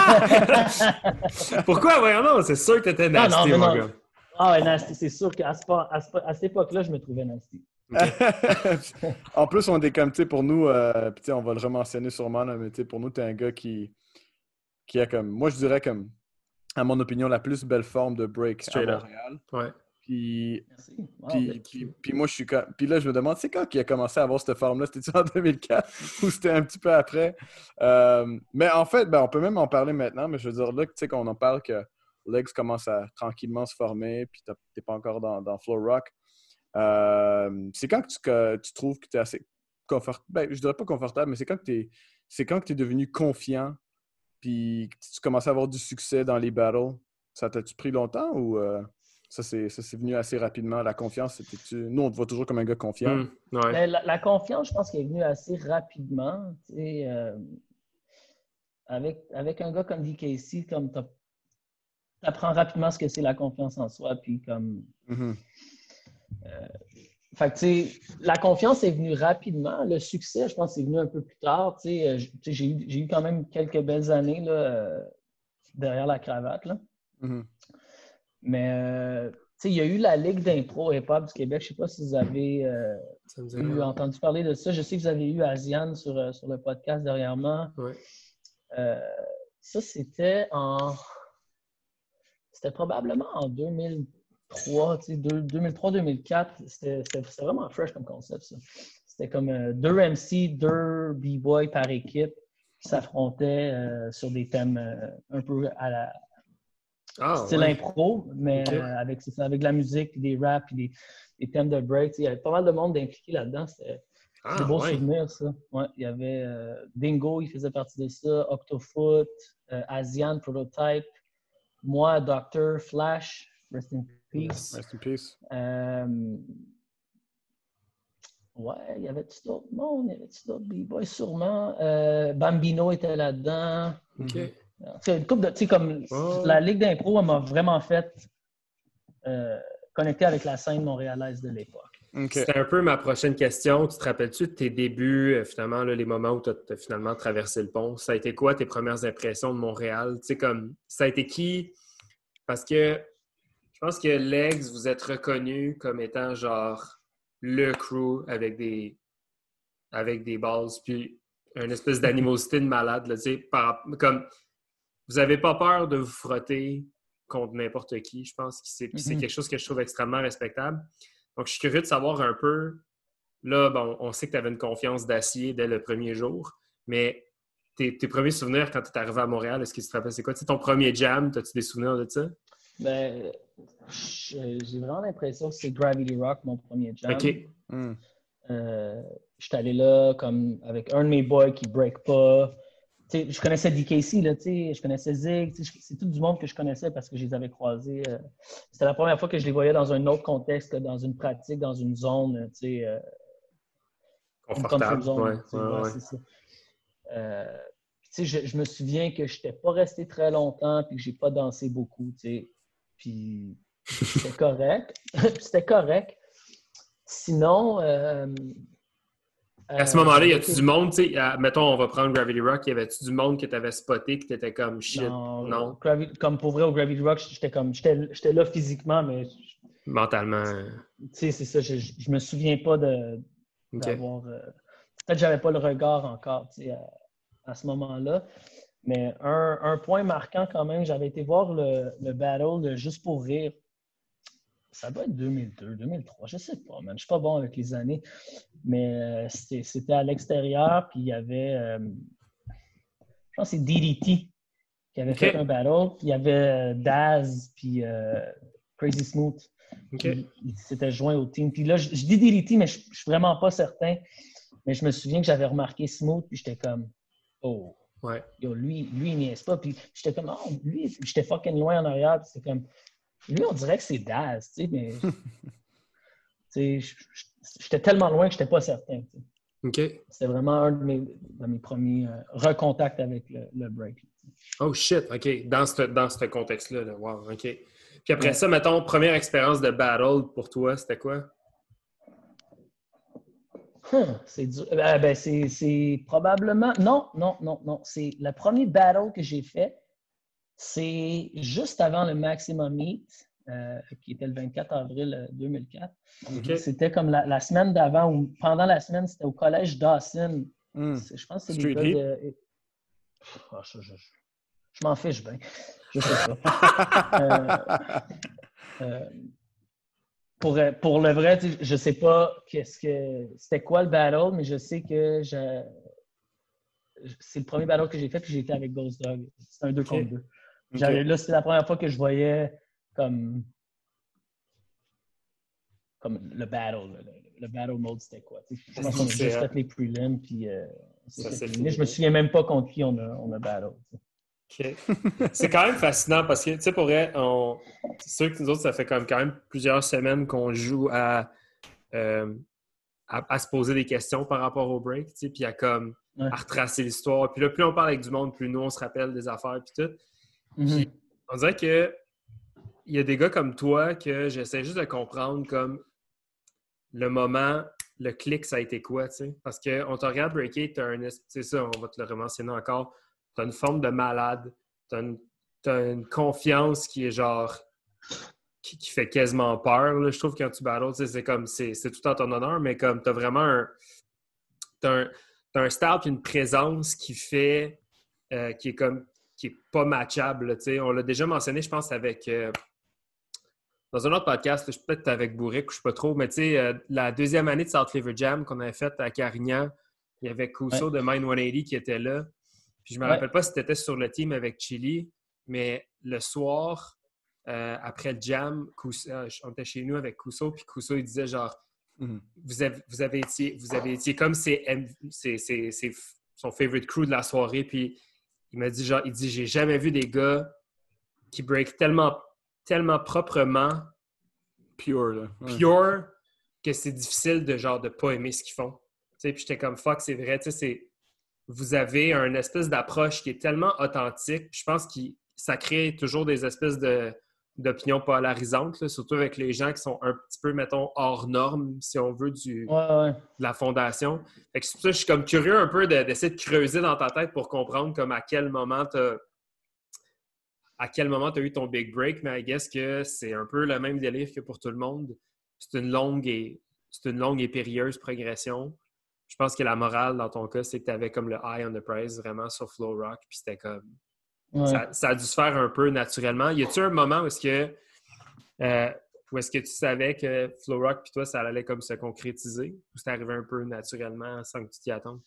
Pourquoi? Voyons non, c'est sûr que tu étais nasty, non, non, mon gars. Ah ouais, nasty, c'est sûr qu'à ce, à, à cette époque-là, je me trouvais nasty. Okay. En plus, on est comme, tu sais, pour nous, euh, puis on va le rementionner sûrement, là, mais tu sais, pour nous, tu es un gars qui, qui a comme, moi, je dirais comme, à mon opinion, la plus belle forme de break Straight à Montréal. Ouais. Puis, wow, puis, puis, puis moi, je suis comme... Puis là, je me demande, c'est quand qu'il a commencé à avoir cette forme-là? C'était-tu en deux mille quatre ou c'était un petit peu après? Euh, mais en fait, ben, on peut même en parler maintenant, mais je veux dire, là, tu sais, qu'on en parle que Legs commence à tranquillement se former, puis t'es pas encore dans, dans Flow Rock. Euh, c'est quand que tu, que tu trouves que tu es assez confortable? Ben, je dirais pas confortable, mais c'est quand que tu es... c'est quand que tu es devenu confiant, puis que tu commençais à avoir du succès dans les battles? Ça t'a-tu pris longtemps ou... Euh... Ça, c'est, ça, c'est venu assez rapidement. La confiance, c'était-tu... Nous, on te voit toujours comme un gars confiant. Mmh, ouais. Mais la, la confiance, je pense qu'elle est venue assez rapidement. Tu sais, euh, avec, avec un gars comme D K C, comme tu apprends rapidement ce que c'est la confiance en soi. Puis comme... Mmh. Euh, fait que, tu sais, la confiance est venue rapidement. Le succès, je pense, c'est venu un peu plus tard. Tu sais, j'ai eu, j'ai eu quand même quelques belles années là, euh, derrière la cravate. Là. Mmh. Mais, euh, tu sais, il y a eu la Ligue d'impro hip-hop du Québec. Je ne sais pas si vous avez euh, eu, entendu parler de ça. Je sais que vous avez eu Asiane sur, euh, sur le podcast dernièrement. Oui. Euh, ça, c'était en... C'était probablement en deux mille trois, tu sais, deux mille trois deux mille quatre. C'était, c'était, c'était vraiment fresh comme concept, ça. C'était comme euh, deux M C, deux B-boys par équipe qui s'affrontaient euh, sur des thèmes euh, un peu à la... Ah, style ouais. impro, mais okay. euh, avec, avec de la musique, puis des raps, puis des, des thèmes de break. Il y avait pas mal de monde impliqué là-dedans. C'était ah, des beaux ouais. souvenirs, ça. Ouais, il y avait euh, Dingo, il faisait partie de ça, Octofoot, euh, Asian, Prototype, moi, Doctor, Flash, Rest in Peace. Rest in Peace. Euh, ouais, il y avait-tu d'autres monde? Il y avait-tu d'autres B-boys? Sûrement. Euh, Bambino était là-dedans. OK. Mm-hmm. C'est une couple de, tu sais, comme oh. la Ligue d'impro, elle m'a vraiment fait euh, connecter avec la scène montréalaise de l'époque. Okay. C'était un peu ma prochaine question. Tu te rappelles-tu de tes débuts, euh, finalement, là, les moments où tu as finalement traversé le pont? Ça a été quoi tes premières impressions de Montréal? Tu sais, comme, ça a été qui? Parce que je pense que Legs, vous êtes reconnu comme étant genre le crew avec des avec des bases, puis une espèce d'animosité de malade, là, tu sais, par, comme vous n'avez pas peur de vous frotter contre n'importe qui, je pense que c'est, c'est Mhm. quelque chose que je trouve extrêmement respectable. Donc, je suis curieux de savoir un peu, là, bon, on sait que tu avais une confiance d'acier dès le premier jour, mais tes, tes premiers souvenirs quand tu es arrivé à Montréal, est-ce que tu te rappelles, c'est quoi? Tu sais, ton premier jam, as-tu des souvenirs de ça? Ben, je- j'ai vraiment l'impression que c'est Gravity Rock, mon premier jam. OK. Mm. Euh, J'étais allé là comme avec un de mes boys qui break pas. T'sais, je connaissais D K C, là, je connaissais Zig. C'est tout du monde que je connaissais parce que je les avais croisés. Euh, C'était la première fois que je les voyais dans un autre contexte que dans une pratique, dans une zone, euh, une comfort Confortable. zone. Ouais, Ouais, ouais, ouais. c'est ça. Euh, je, je me souviens que je n'étais pas resté très longtemps et que j'ai pas dansé beaucoup. T'sais. Puis c'était correct. c'était correct. Sinon, euh, À ce euh, moment-là, y j'avais a-tu été... du monde, tu sais, à- mettons, on va prendre Gravity Rock, y avait-tu du monde que t'avais spoté, que t'étais comme shit? Non, Non? Gravi- comme pour vrai au Gravity Rock, j'étais comme j'étais j'étais là physiquement, mais Mentalement. tu sais, c'est ça, je, je me souviens pas de OK. d'avoir. euh, Peut-être que j'avais pas le regard encore, tu sais, à, à ce moment-là. Mais un, un point marquant quand même, j'avais été voir le, le battle de Juste pour rire. Ça doit être deux mille deux, deux mille trois, je sais pas, man. Je suis pas bon avec les années. Mais euh, c'était c'était à l'extérieur, puis il y avait, euh, je pense que c'est D D T qui avait OK. fait un battle. Puis il y avait euh, Daz, puis euh, Crazy Smooth OK. qui s'étaient joints au team. Puis là, je, je dis D D T, mais je, je suis vraiment pas certain. Mais je me souviens que j'avais remarqué Smooth, puis j'étais comme, oh, Ouais. yo, lui, lui, il niaise pas. Puis j'étais comme, oh, lui, j'étais fucking loin en arrière. Puis c'était comme, lui, on dirait que c'est Daz, tu sais, mais tu sais, j'étais tellement loin que j'étais pas certain. Tu sais. OK. C'était vraiment un de mes, de mes premiers euh, recontacts avec le, le break. Oh shit, OK. Dans ce dans ce contexte-là, là. Wow, OK. Puis après Ouais. ça, mettons, première expérience de battle pour toi, c'était quoi? Hum, c'est dur. Euh, ben, c'est, c'est probablement. Non, non, non, non. C'est le premier battle que j'ai fait. C'est juste avant le Maximum Meet, euh, qui était le vingt-quatre avril deux mille quatre. OK. C'était comme la, la semaine d'avant ou pendant la semaine, c'était au collège Dawson. Mm. C'est- Je pense que c'est Street les gars Heat? de. Oh, je, je, je, je m'en fiche bien. Je sais pas. euh, euh, pour, pour le vrai, tu sais, je sais pas qu'est-ce que c'était quoi le battle, mais je sais que je, c'est le premier battle que j'ai fait, puis j'ai été avec Ghost Dog. C'était un deux OK. contre deux. OK. J'avais- Là, c'était la première fois que je voyais comme, comme le battle. là, Le, le battle mode, c'était quoi. Tu sais, je pense qu'on a C'est juste hot. fait les prelims, puis euh, c'est Ça, fait c'est éliminer. fini. Je me souviens même pas contre qui on a, on a battle. tu sais. OK. C'est quand même fascinant parce que, tu sais, pour vrai, on... c'est sûr que nous autres, ça fait comme quand même plusieurs semaines qu'on joue à, euh, à, à se poser des questions par rapport au break, tu sais, puis à comme Ouais. à retracer l'histoire. Puis là, plus on parle avec du monde, plus nous, on se rappelle des affaires, puis tout. Mhm. On dirait que il y a des gars comme toi que j'essaie juste de comprendre comme le moment, le clic, ça a été quoi, tu sais. Parce qu'on te regarde breaker, tu as un... C'est ça, on va te le rementionner encore. Tu as une forme de malade. Tu as une... t'as une confiance qui est genre... qui, qui fait quasiment peur, là. Je trouve, quand tu battles, tu sais, c'est comme... C'est, c'est tout en ton honneur, mais comme tu as vraiment un... Tu as un, t'as un style et une présence qui fait... euh, qui est comme... qui est pas matchable, là, tu sais. On l'a déjà mentionné, je pense, avec... Euh, dans un autre podcast, là, peut-être avec Bourric, je ne sais pas trop, mais tu sais, euh, la deuxième année de South Flavor Jam qu'on avait faite à Carignan, il y avait Kuso Ouais. de Mind cent quatre-vingts qui était là. Puis je me Ouais. rappelle pas si tu étais sur le team avec Chili, mais le soir, euh, après le jam, Kuso, euh, on était chez nous avec Kuso, puis Kuso, il disait genre, Mm. vous, avez, vous, avez été, vous avez été comme c'est, c'est, c'est, c'est son favorite crew de la soirée, puis il m'a dit genre, il dit, j'ai jamais vu des gars qui break tellement tellement proprement Pure, là. Ouais. pure que c'est difficile de genre de pas aimer ce qu'ils font. Tu sais, puis j'étais comme fuck, c'est vrai, tu sais, c'est vous avez un espèce d'approche qui est tellement authentique. Je pense que ça crée toujours des espèces de d'opinions polarisantes, là, surtout avec les gens qui sont un petit peu, mettons, hors norme, si on veut, du, Ouais, ouais. de la fondation. Fait que c'est pour ça que je suis comme curieux un peu de, d'essayer de creuser dans ta tête pour comprendre comme à quel moment tu as à quel moment tu as eu ton big break, mais I guess que c'est un peu le même délire que pour tout le monde. C'est une longue et c'est une longue et périlleuse progression. Je pense que la morale dans ton cas, c'est que tu avais comme le eye on the prize vraiment sur Flow Rock, puis c'était comme Ouais. ça, ça a dû se faire un peu naturellement. Y a-tu un moment où est-ce que euh, où est-ce que tu savais que Flow Rock puis toi, ça allait comme se concrétiser, ou c'est arrivé un peu naturellement sans que tu t'y attendes?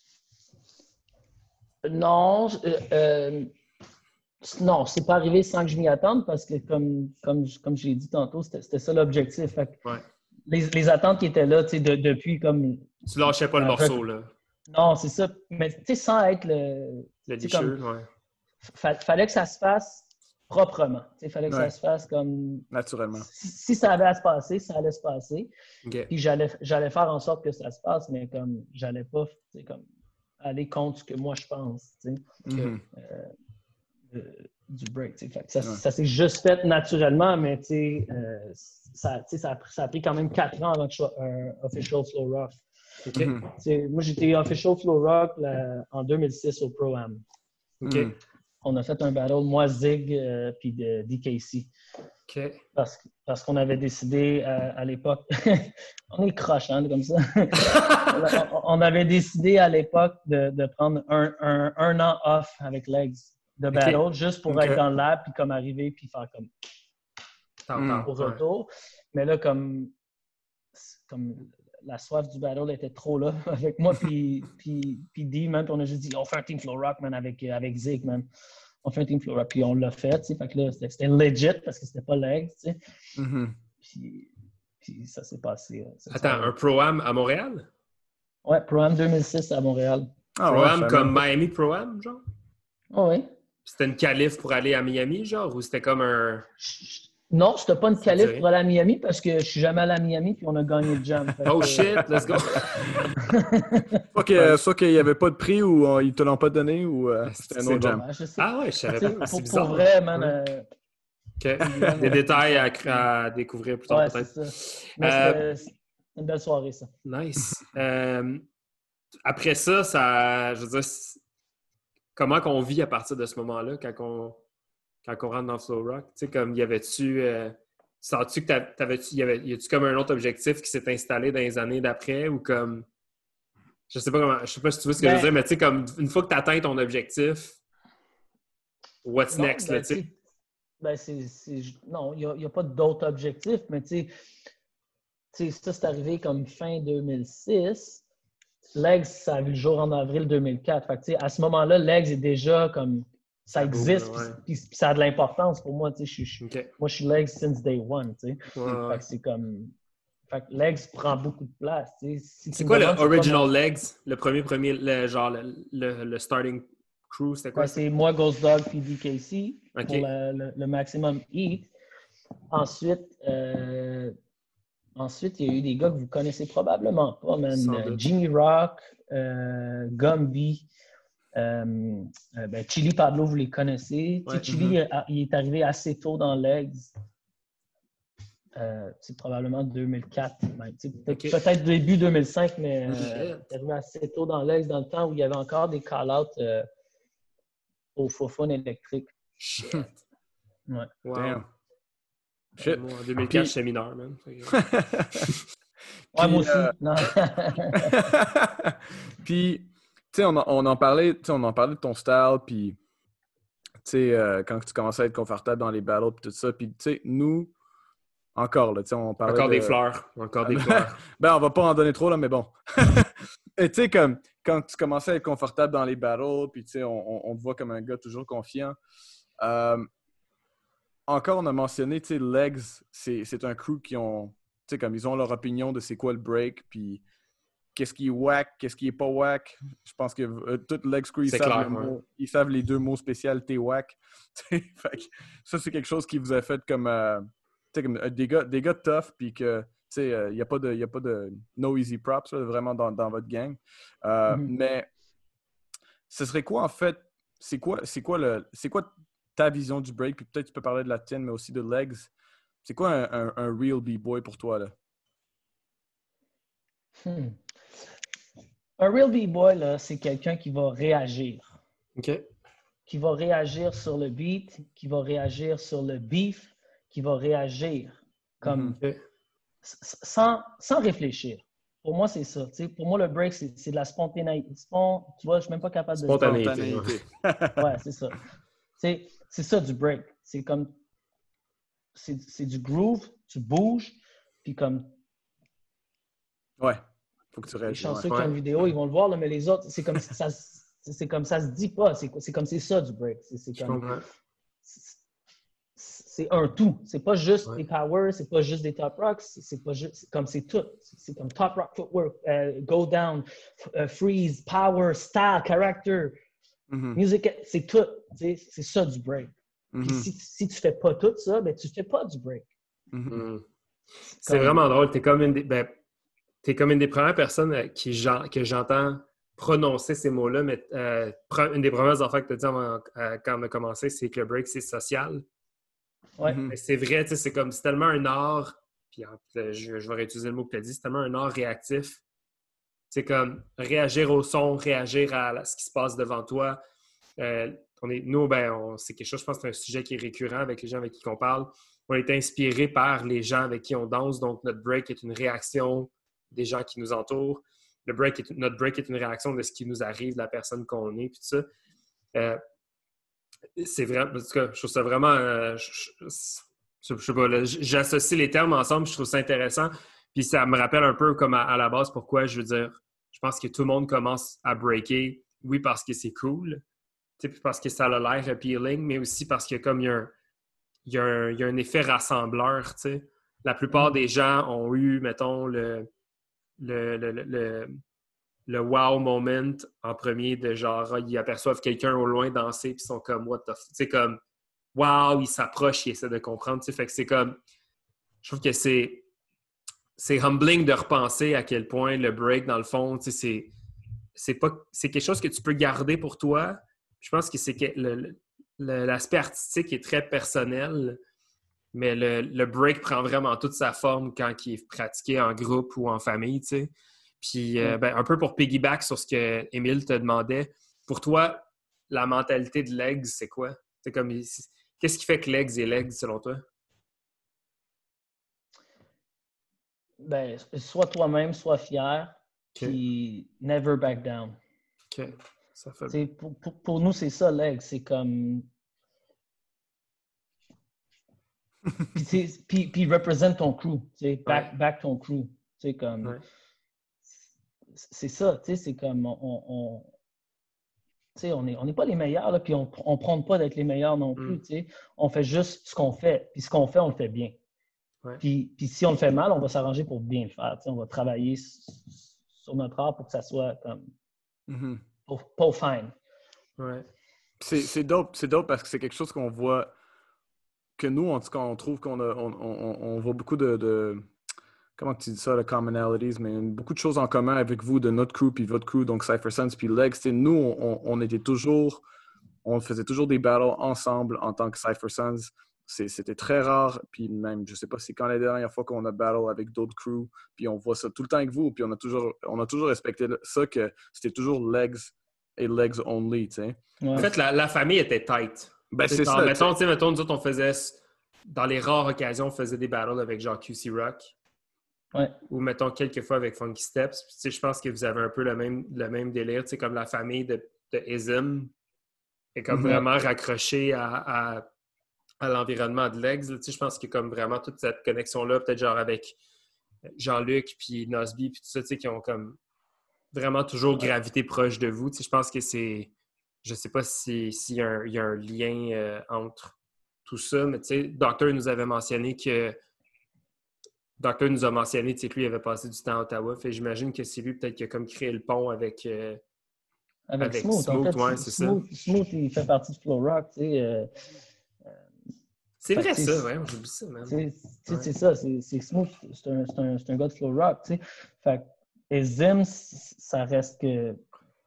Non, euh, euh, non, c'est pas arrivé sans que je m'y attende parce que, comme, comme, comme j'ai dit tantôt, c'était, c'était ça l'objectif. Fait que Ouais. les, les attentes qui étaient là, tu sais, de, depuis comme. Tu lâchais pas le euh, morceau, là. Non, c'est ça. Mais tu sais, sans être le. Le tu sais, comme, licheux, ouais. fa- fallait que ça se fasse proprement. Il fallait que Ouais. ça se fasse comme. Naturellement. Si, si ça avait à se passer, ça allait se passer. OK. Puis j'allais, j'allais faire en sorte que ça se passe, mais comme j'allais pas tu sais, comme, aller contre ce que moi je pense. Tu sais. Mhm. Euh, du break. tu sais. Fait que ça, Ouais. ça s'est juste fait naturellement, mais tu sais, euh, ça, tu sais, ça, a pris- ça a pris quand même quatre ans avant que je sois un official Flow Rock. OK. Mhm. Tu sais, moi, j'étais official Flow Rock là, en deux mille six au Pro-Am. OK. Mhm. On a fait un battle, moi, Zig, euh, puis de D K C. OK. Parce, que- parce qu'on avait décidé euh, à l'époque, on est croche, hein, comme ça. on, a- on avait décidé à l'époque de, de prendre un, un, un an off avec Legs de battle, OK. juste pour OK. être dans le lab, puis comme arriver, puis faire comme T'en Mm. parles. au retour. Mais là, comme, comme la soif du battle était trop là avec moi, puis, puis, puis D, man, puis on a juste dit, on fait un Team Flow Rock, man, avec, avec Zig, man. On fait un Team Flow Rock, puis on l'a fait, tu sais. Fait que là, c'était, c'était legit parce que c'était pas Legs, tu sais. Mhm. Puis, puis ça s'est passé. euh, cette Attends, soirée. un Pro-Am à Montréal? Ouais, Pro-Am deux mille six à Montréal. Ah ouais, Pro-Am je savais comme même pas. Miami Pro-Am, genre? Oh, oui. C'était une qualif pour aller à Miami, genre? Ou c'était comme un... Non, c'était pas une Ça qualif dirait. pour aller à Miami parce que je suis jamais allé à Miami puis on a gagné le jam. Fait Oh que- shit, let's go! Soit que- soit qu'il n'y avait pas de prix ou euh, ils te l'ont pas donné ou euh, c'était un C'est autre bon. jam. Ouais, je sais. Ah ouais, je savais Tu sais, pas. C'est pour, bizarre. pour vrai, man. Ouais. euh, OK. Des détails à, à découvrir plus tard, ouais, c'est peut-être. ça. Mais Euh, c'était- c'est une belle soirée, ça. Nice. Euh, après ça, ça, je veux dire, c'est- comment qu'on vit à partir de ce moment-là, quand on, quand on rentre dans Flow Rock? Tu sais, comme, y avait-tu... Euh, sens-tu que t'as- t'avais-tu... Y avait, y a-tu comme un autre objectif qui s'est installé dans les années d'après ou comme... Je sais pas comment... Je sais pas si tu vois ce que je veux Ben- dire, mais tu sais, comme, une fois que tu atteins ton objectif, what's Non, next, ben, là, tu sais? tu sais, ben, c'est, c'est- non, il n'y a, a pas d'autres objectifs, mais tu sais, tu sais, ça, c'est arrivé comme fin deux mille six. Legs, ça a vu le jour en avril deux mille quatre. Fait que, tu sais, à ce moment-là, Legs est déjà comme. Ça Ça boum, existe, là, ouais. puis, puis- puis ça a de l'importance pour moi. Tu sais, je, suis- je, suis- OK. moi, je suis Legs since day one. Tu sais. Ouais, ouais. Fait que c'est comme. Fait que Legs prend beaucoup de place. Tu sais. Si tu C'est me quoi le demandes, c'est original mon- Legs? Le premier, premier, le, genre, le, le, le starting crew, c'était quoi? Ouais, c'est moi, Ghost Dog, puis D K C OK. pour le, le- le maximum heat. Ensuite, euh, ensuite, il y a eu des gars que vous connaissez probablement pas, man. Sans Euh, doute. Jimmy Rock, euh, Gumby, euh, euh, ben, Chili Pablo, vous les connaissez. Tu sais, Ouais. Chili, euh, il est arrivé assez tôt dans Legs. Euh, c'est probablement deux mille quatre, même. Tu sais, peut-être, OK. peut-être début deux mille cinq, mais euh, Shit. il est arrivé assez tôt dans Legs, dans le temps où il y avait encore des call-outs euh, au faux-phone électrique. Shit. Ouais. Wow. Damn. Shit. Moi, en deux mille quatre, Puis- j'étais mineur, man. Fait que- Ouais, moi Puis, aussi. euh, Non. Puis, tu sais, on, en- on en parlait, tu sais, on en parlait de ton style, puis, tu sais, euh, quand tu commençais à être confortable dans les battles, puis tout ça, puis, tu sais, nous, encore, là, tu sais, on parlait Encore de... des fleurs. Encore des fleurs. Ben, on va pas en donner trop, là, mais bon. Et tu sais, comme, quand tu commençais à être confortable dans les battles, puis, tu sais, on, on, on te voit comme un gars toujours confiant. Euh, encore, on a mentionné, tu sais, Legs, c'est c'est un crew qui ont, tu sais, comme, ils ont leur opinion de c'est quoi le break, puis qu'est-ce qui est whack, qu'est-ce qui est pas whack. Je pense que euh, tout Legs crew, ils C'est savent, clair, le ouais. mot- ils savent les deux mots spécialité whack. Tu sais, fait que ça, c'est quelque chose qui vous a fait comme, euh, tu sais, comme euh, des, gars, des gars tough, puis que, tu sais, il n'y a pas de, y a pas de no easy props, là, vraiment, dans, dans votre gang. Euh, Mhm. Mais ce serait quoi, en fait, c'est quoi, c'est quoi, le, c'est quoi ta vision du break, puis peut-être tu peux parler de la tienne, mais aussi de Legs. C'est quoi un, un, un real B-boy pour toi, là? Hmm. Un real B-boy, là, c'est quelqu'un qui va réagir. OK. Qui va réagir sur le beat, qui va réagir sur le beef, qui va réagir comme OK. sans, sans réfléchir. Pour moi, c'est ça. T'sais, pour moi, le break, c'est, c'est de la spontanéité. Spon... Tu vois, je ne suis même pas capable de le dire. Spontanéité. Ouais, c'est ça. C'est, c'est ça du break. C'est comme. C'est, c'est du groove, tu bouges, puis comme. Ouais. Faut que tu Les réagisses. chanceux Ouais. qui ont une vidéo, ils vont le voir, là, mais les autres, c'est comme ça. C'est comme ça se dit pas. C'est, c'est comme c'est ça du break. C'est, c'est comme. C'est un tout. C'est pas juste ouais. des powers, c'est pas juste des top rocks, c'est, c'est pas juste c'est comme c'est tout. C'est, c'est comme top rock footwork, uh, go down, uh, freeze, power, style, character, mm-hmm. music, c'est tout. C'est, c'est ça du break. Mm-hmm. Puis si, si tu fais pas tout ça, ben tu fais pas du break. Mm-hmm. C'est comme... vraiment drôle. T'es comme une des, ben, t'es comme une des premières personnes qui, que j'entends prononcer ces mots-là, mais euh, une des premières affaires que tu as dit avant, euh, quand on a commencé, c'est que le break, c'est social. Ouais. Mm-hmm. C'est vrai, c'est comme c'est tellement un art, puis je, je vais réutiliser le mot que tu as dit, c'est tellement un art réactif. C'est comme réagir au son, réagir à ce qui se passe devant toi. Euh, on est, nous, ben, on, c'est quelque chose, je pense que c'est un sujet qui est récurrent avec les gens avec qui on parle. On est inspiré par les gens avec qui on danse, donc notre break est une réaction des gens qui nous entourent. Le break est, notre break est une réaction de ce qui nous arrive, de la personne qu'on est, puis tout ça. Euh, C'est vrai, parce que je trouve ça vraiment. Euh, je, je, je sais pas, là, j'associe les termes ensemble, je trouve ça intéressant. Puis ça me rappelle un peu comme à, à la base pourquoi je veux dire, je pense que tout le monde commence à breaker, oui, parce que c'est cool, puis parce que ça a l'air appealing, mais aussi parce que comme il y a un, il y a un, il y a un effet rassembleur, tu sais. La plupart mm. des gens ont eu, mettons, le. le, le, le, le le wow moment en premier de genre, ils aperçoivent quelqu'un au loin danser puis ils sont comme what the f... Tu sais, comme wow, ils s'approchent, ils essaient de comprendre. Tu sais, fait que c'est comme, je trouve que c'est c'est humbling de repenser à quel point le break, dans le fond, tu sais, c'est c'est pas c'est quelque chose que tu peux garder pour toi. Je pense que c'est que le, le, l'aspect artistique est très personnel, mais le, le break prend vraiment toute sa forme quand il est pratiqué en groupe ou en famille, tu sais. Puis, euh, ben, un peu pour piggyback sur ce que Émile te demandait, pour toi, la mentalité de Legs, c'est quoi? C'est comme, qu'est-ce qui fait que Legs est Legs, selon toi? Ben, sois toi-même, sois fier, okay. Puis never back down. OK. Ça fait... pour, pour, pour nous, c'est ça, Legs. C'est comme... puis, puis, puis représente ton crew. Back, ouais. back ton crew. C'est comme... Ouais. C'est ça, tu sais, c'est comme on, on, on n'est on n'est pas les meilleurs, là, puis on ne prend pas d'être les meilleurs non plus, mm. tu sais. On fait juste ce qu'on fait, puis ce qu'on fait, on le fait bien. Ouais. Puis, puis si on le fait mal, on va s'arranger pour bien le faire, tu sais. On va travailler sur notre art pour que ça soit comme mm-hmm. pour, pour fine. Ouais. C'est, c'est dope, c'est dope parce que c'est quelque chose qu'on voit, que nous, en tout cas, on trouve qu'on a, on, on, on voit beaucoup de... de... Comment tu dis ça, le commonalities, mais beaucoup de choses en commun avec vous, de notre crew puis votre crew, donc Cypher Sons puis Legs. Nous, on, on était toujours, on faisait toujours des battles ensemble en tant que Cypher Sons. C'est, c'était très rare, puis même, je sais pas c'est quand la dernière fois qu'on a battle avec d'autres crews, puis on voit ça tout le temps avec vous, puis on a toujours, on a toujours respecté ça, que c'était toujours Legs et Legs only, tu sais. Ouais. En fait, la, la famille était tight. Ben, c'est genre, ça. Mettons, tu sais, mettons, nous autres, on faisait, dans les rares occasions, on faisait des battles avec genre Q C Rock. Ouais. Ou mettons quelques fois avec Funky Steps. Tu sais, je pense que vous avez un peu le même, le même délire, tu sais, comme la famille de, de Ism est comme mm-hmm. vraiment raccrochée à, à, à l'environnement de Legs. Tu sais, je pense qu'il y a comme vraiment toute cette connexion-là, peut-être genre avec Jean-Luc puis Nosby puis tout ça, tu sais, qui ont comme vraiment toujours ouais. gravité proche de vous. Tu sais, je pense que c'est... Je sais pas s'il si y, y a un lien euh, entre tout ça, mais tu sais, Docteur nous avait mentionné que Docteur nous a mentionné que lui, il avait passé du temps à Ottawa. Fait j'imagine que c'est lui peut-être qui a comme créé le pont avec, euh, avec, avec Smooth. Smooth, en fait, ouais, c'est Smooth, ça. Smooth, il fait partie de Flow Rock. Tu sais, euh, c'est vrai ça, c'est, ouais, j'oublie ça, même. C'est, ouais. c'est ça, c'est, c'est Smooth, c'est un, c'est, un, c'est un gars de Flow Rock. Tu sais. Fait et Zim, ça reste que.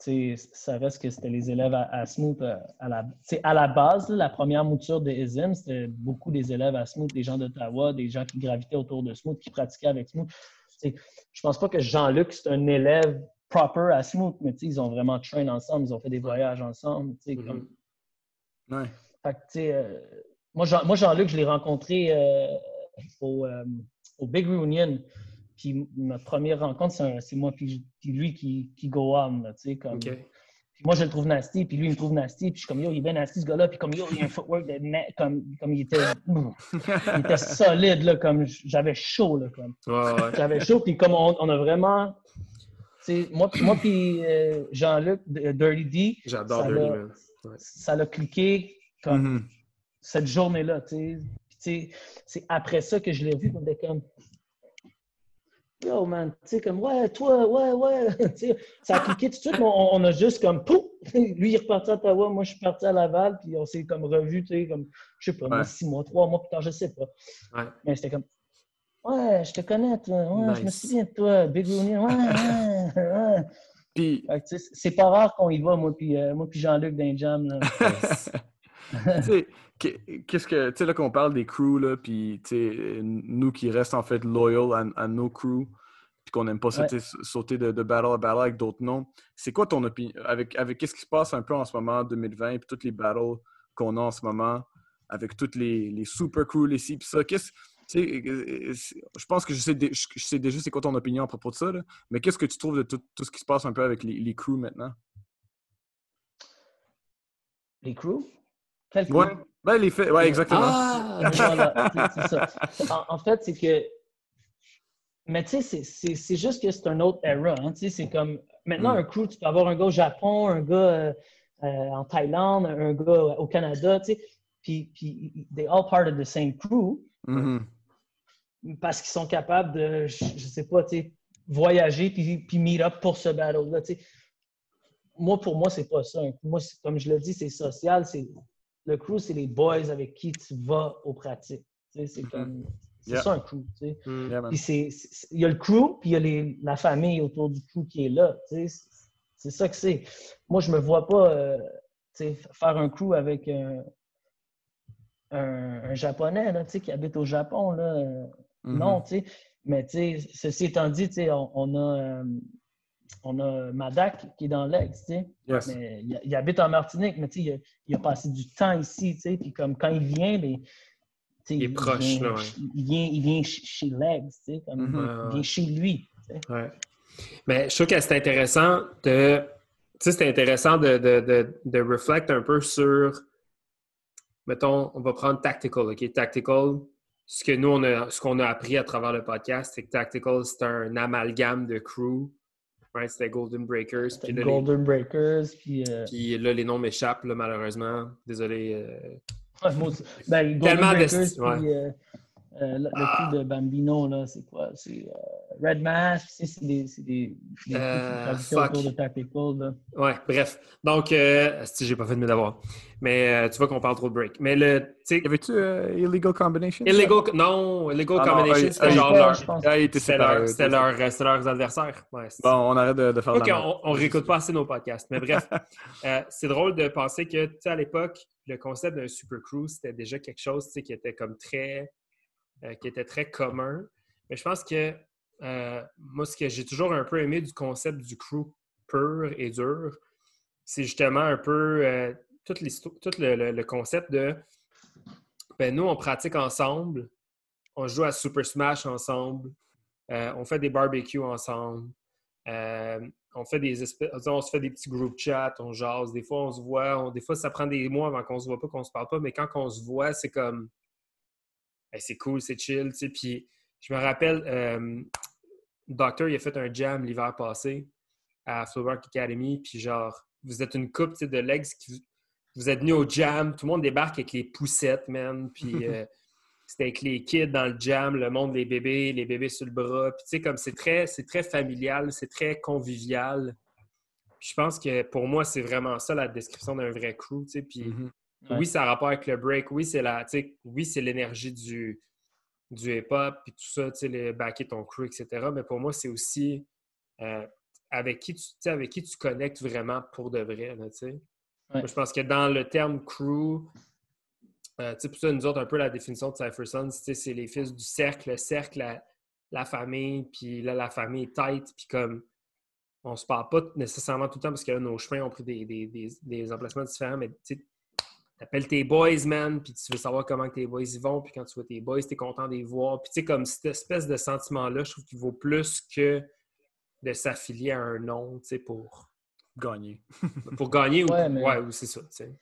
ça reste que c'était les élèves à, à Smooth. À la, à la base, là, la première mouture de Ism, c'était beaucoup des élèves à Smooth, des gens d'Ottawa, des gens qui gravitaient autour de Smooth, qui pratiquaient avec Smooth. T'sais, je pense pas que Jean-Luc, c'est un élève proper à Smooth, mais ils ont vraiment train ensemble, ils ont fait des voyages ensemble. Mm-hmm. Comme... Ouais. Fait que, euh, moi, Jean, moi, Jean-Luc, je l'ai rencontré euh, au, euh, au Big Reunion. Puis notre première rencontre, c'est, c'est moi puis, puis lui qui, qui go on. Là, comme... okay. Puis moi, je le trouve nasty, puis lui, il me trouve nasty. Puis je suis comme, yo, il est bien nasty, ce gars-là. Puis comme, yo, il a un footwork de na... comme, comme il était... il était solide, là, comme j'avais chaud. Là, comme. Ouais, ouais. J'avais chaud, puis comme on, on a vraiment... Moi, moi puis euh, Jean-Luc, Dirty D, j'adore Dirty Man. Ouais. Ça l'a cliqué comme mm-hmm. cette journée-là. Puis, c'est après ça que je l'ai vu, on était comme... Yo, man, tu sais, comme, ouais, toi, ouais, ouais. Ça a cliqué tout de suite, mais on, on a juste comme, pouf! Lui, il est reparti à Ottawa, moi, je suis parti à Laval, puis on s'est comme revu, tu sais, comme, je sais pas, ouais. moi, six mois, trois mois plus tard, je sais pas. Ouais. Mais c'était comme, ouais, je te connais, toi. Ouais, nice. Je me souviens de toi, Big Reunion. Ouais, ouais, ouais. Puis, fait, c'est pas rare qu'on y va, moi, puis euh, moi, puis Jean-Luc dans les jams, là. Tu sais, qu'est-ce que, tu sais, là, qu'on parle des crews, là, puis, tu sais, nous qui restons, en fait, loyal à, à nos crews, puis qu'on n'aime pas sauter, ouais. sauter de, de battle à battle avec d'autres noms, c'est quoi ton opinion, avec, avec qu'est-ce qui se passe un peu en ce moment, deux mille vingt, puis toutes les battles qu'on a en ce moment, avec toutes les, les super crews, les ci, puis ça, qu'est-ce, tu sais, je pense que je sais, je sais déjà c'est quoi ton opinion à propos de ça, là, mais qu'est-ce que tu trouves de tout, tout ce qui se passe un peu avec les, les crews maintenant? Les crews? Quel ouais, ben, les faits, ouais, exactement. Ah, voilà, c'est, c'est ça. En, en fait, c'est que. Mais tu sais, c'est, c'est juste que c'est un autre era. Hein, c'est comme. Maintenant, mm. un crew, tu peux avoir un gars au Japon, un gars euh, euh, en Thaïlande, un gars au Canada, tu sais. Puis, puis, they all part of the same crew. Mm-hmm. Parce qu'ils sont capables de, je, je sais pas, tu sais, voyager puis, puis meet up pour ce battle-là, tu sais. Moi, pour moi, c'est pas ça. Moi, comme je le dis, c'est social, c'est. Le crew, c'est les boys avec qui tu vas aux pratiques. Tu sais, c'est comme, c'est yeah. ça un crew. Tu sais. mm. yeah, puis c'est, c'est, il y a le crew, puis il y a les, la famille autour du crew qui est là. Tu sais. C'est, c'est ça que c'est. Moi, je me vois pas euh, tu sais, faire un crew avec un, un, un Japonais là, tu sais, qui habite au Japon. Là. Mm-hmm. Non, tu sais. Mais tu sais, ceci étant dit, tu sais, on, on a... Euh, on a Madak qui est dans l'Ex, tu sais. Yes. Mais il, il habite en Martinique, mais tu sais, il, il a passé du temps ici, tu sais. Puis comme quand il vient, mais, il, il est proche, vient, là, ouais. il, vient, il vient chez Legs, tu sais. Comme mm-hmm. Il vient chez lui, tu sais. Ouais. Mais je trouve que c'est intéressant de... Tu sais, c'est intéressant de, de, de, de reflect un peu sur... Mettons, on va prendre Tactical, OK? Tactical, ce que nous, on a, ce qu'on a appris à travers le podcast, c'est que Tactical, c'est un amalgame de crew. Right, c'était Golden Breakers. C'était puis Golden les... Breakers. Puis, euh... puis là, les noms m'échappent, là, malheureusement. Désolé. Euh... Ouais, moi aussi. Ben, Golden Tellement Breakers, de... ouais. puis euh, euh, le, ah. le coup de Bambino, là, c'est quoi? C'est euh, Red Mask, c'est, c'est des, c'est des, des euh, coups autour de Tactical. Là. Ouais, bref. Donc, euh, si j'ai pas fait de mes devoirs. Mais euh, tu vois qu'on parle trop de break. Mais le, tu sais... Y avait-tu uh, Illegal Combination? Illegal... Non, Illegal ah, Combination, non, c'était ah, genre pas, leur... Ah, c'était, leur, c'était, leur, c'était leurs adversaires. Ouais, bon, on arrête de, de faire okay, la on, on réécoute pas assez nos podcasts. Mais bref, euh, c'est drôle de penser que, tu sais, à l'époque, le concept d'un super crew, c'était déjà quelque chose, tu sais, qui était comme très... Euh, qui était très commun. Mais je pense que euh, moi, ce que j'ai toujours un peu aimé du concept du crew pur et dur, c'est justement un peu euh, tout, tout le, le, le concept de ben nous, on pratique ensemble, on joue à Super Smash ensemble, euh, on fait des barbecues ensemble, euh, on fait des espèces, on se fait des petits group chats, on jase, des fois on se voit, on, des fois ça prend des mois avant qu'on se voit pas, qu'on se parle pas, mais quand on se voit, c'est comme ben, c'est cool, c'est chill, tu sais. Puis je me rappelle, euh, Doctor, il a fait un jam l'hiver passé à Flowwork Academy, puis genre, vous êtes une couple de legs qui vous êtes venus au jam, tout le monde débarque avec les poussettes, man, puis euh, c'était avec les kids dans le jam, le monde, les bébés, les bébés sur le bras, puis tu sais, comme c'est très, c'est très familial, c'est très convivial. Puis je pense que pour moi, c'est vraiment ça la description d'un vrai crew, tu sais, puis mm-hmm. ouais. Oui, ça a rapport avec le break, oui, c'est la, tu sais, oui, c'est l'énergie du, du hip-hop, puis tout ça, tu sais, le backer ton crew, et cetera. Mais pour moi, c'est aussi... Euh, avec qui tu, tu sais, avec qui tu connectes vraiment pour de vrai, là, tu sais. Ouais. Moi, je pense que dans le terme crew, euh, tu sais, pour ça, nous autres, un peu la définition de Cypher Sons, tu sais, c'est les fils du cercle, le cercle, la, la famille, puis là, la famille est tight, puis comme on se parle pas nécessairement tout le temps parce que là, nos chemins ont pris des, des, des, des emplacements différents, mais tu sais, t'appelles tes boys, man, puis tu veux savoir comment tes boys y vont, puis quand tu vois tes boys, t'es content de les voir. Puis tu sais, comme cette espèce de sentiment-là, je trouve qu'il vaut plus que de s'affilier à un nom, tu sais, pour Gagner. pour gagner. Ouais, ou mais- ouais, ou c'est ça, tu sais.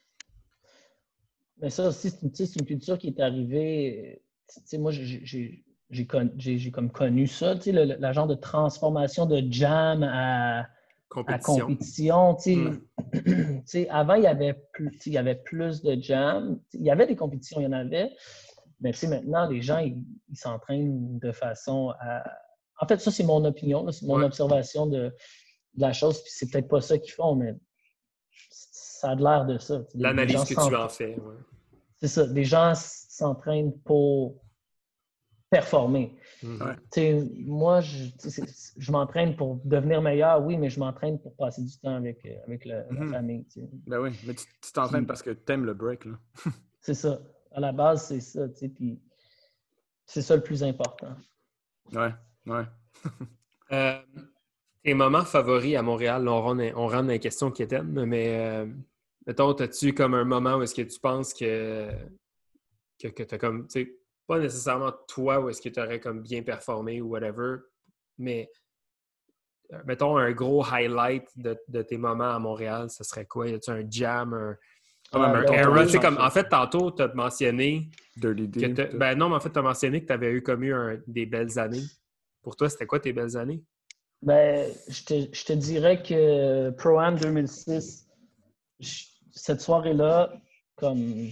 Mais ça aussi, c'est une, tu sais, c'est une culture qui est arrivée. Tu sais, moi, j'ai- j'ai j'ai con- j'ai- j'ai comme connu ça, tu sais, le, le- la genre de transformation de jam à, à Compétition. compétition. Tu sais. Mm. Tu sais, avant, il y avait plus, tu sais, il y avait plus de jam. Il y avait des compétitions, il y en avait. Mais tu sais, maintenant, les gens, ils ils s'entraînent de façon à. En fait, ça, c'est mon opinion, là, c'est mon Ouais. observation de, de la chose. Puis c'est peut-être pas ça qu'ils font, mais ça a de l'air de ça. Tu sais, les- les L'analyse gens que tu s'entraînent- en fais. Ouais. C'est ça. Les gens s'entraînent pour performer. Mhm. Ouais. Tu sais, moi, je, tu sais, c'est- je m'entraîne pour devenir meilleur, oui, mais je m'entraîne pour passer du temps avec, euh, avec le- la Mhm. famille. Tu sais. Ben oui, mais tu tu t'entraînes Puis- parce que t'aimes le break, là. C'est ça. À la base, c'est ça. Tu sais, puis c'est ça le plus important. Ouais, ouais. Euh, tes moments favoris à Montréal, là, on rentre, on rentre dans les questions qui étaient, mais euh, mettons, as-tu comme un moment où est-ce que tu penses que, que, que tu as comme, tu sais, pas nécessairement toi où est-ce que tu aurais comme bien performé ou whatever, mais euh, mettons un gros highlight de, de tes moments à Montréal, ce serait quoi? Y a-tu un jam, un, Ah, même Ah, un ben, un on run? peut- Tu sais, comme, en fait, tantôt, tu as mentionné Dirty que Deep. t'as- tout. ben non, mais en fait, tu as mentionné que tu avais eu comme eu un- des belles années. Pour toi, c'était quoi tes belles années? Ben, je te, je te dirais que Pro-Am deux mille six, je- cette soirée-là, comme,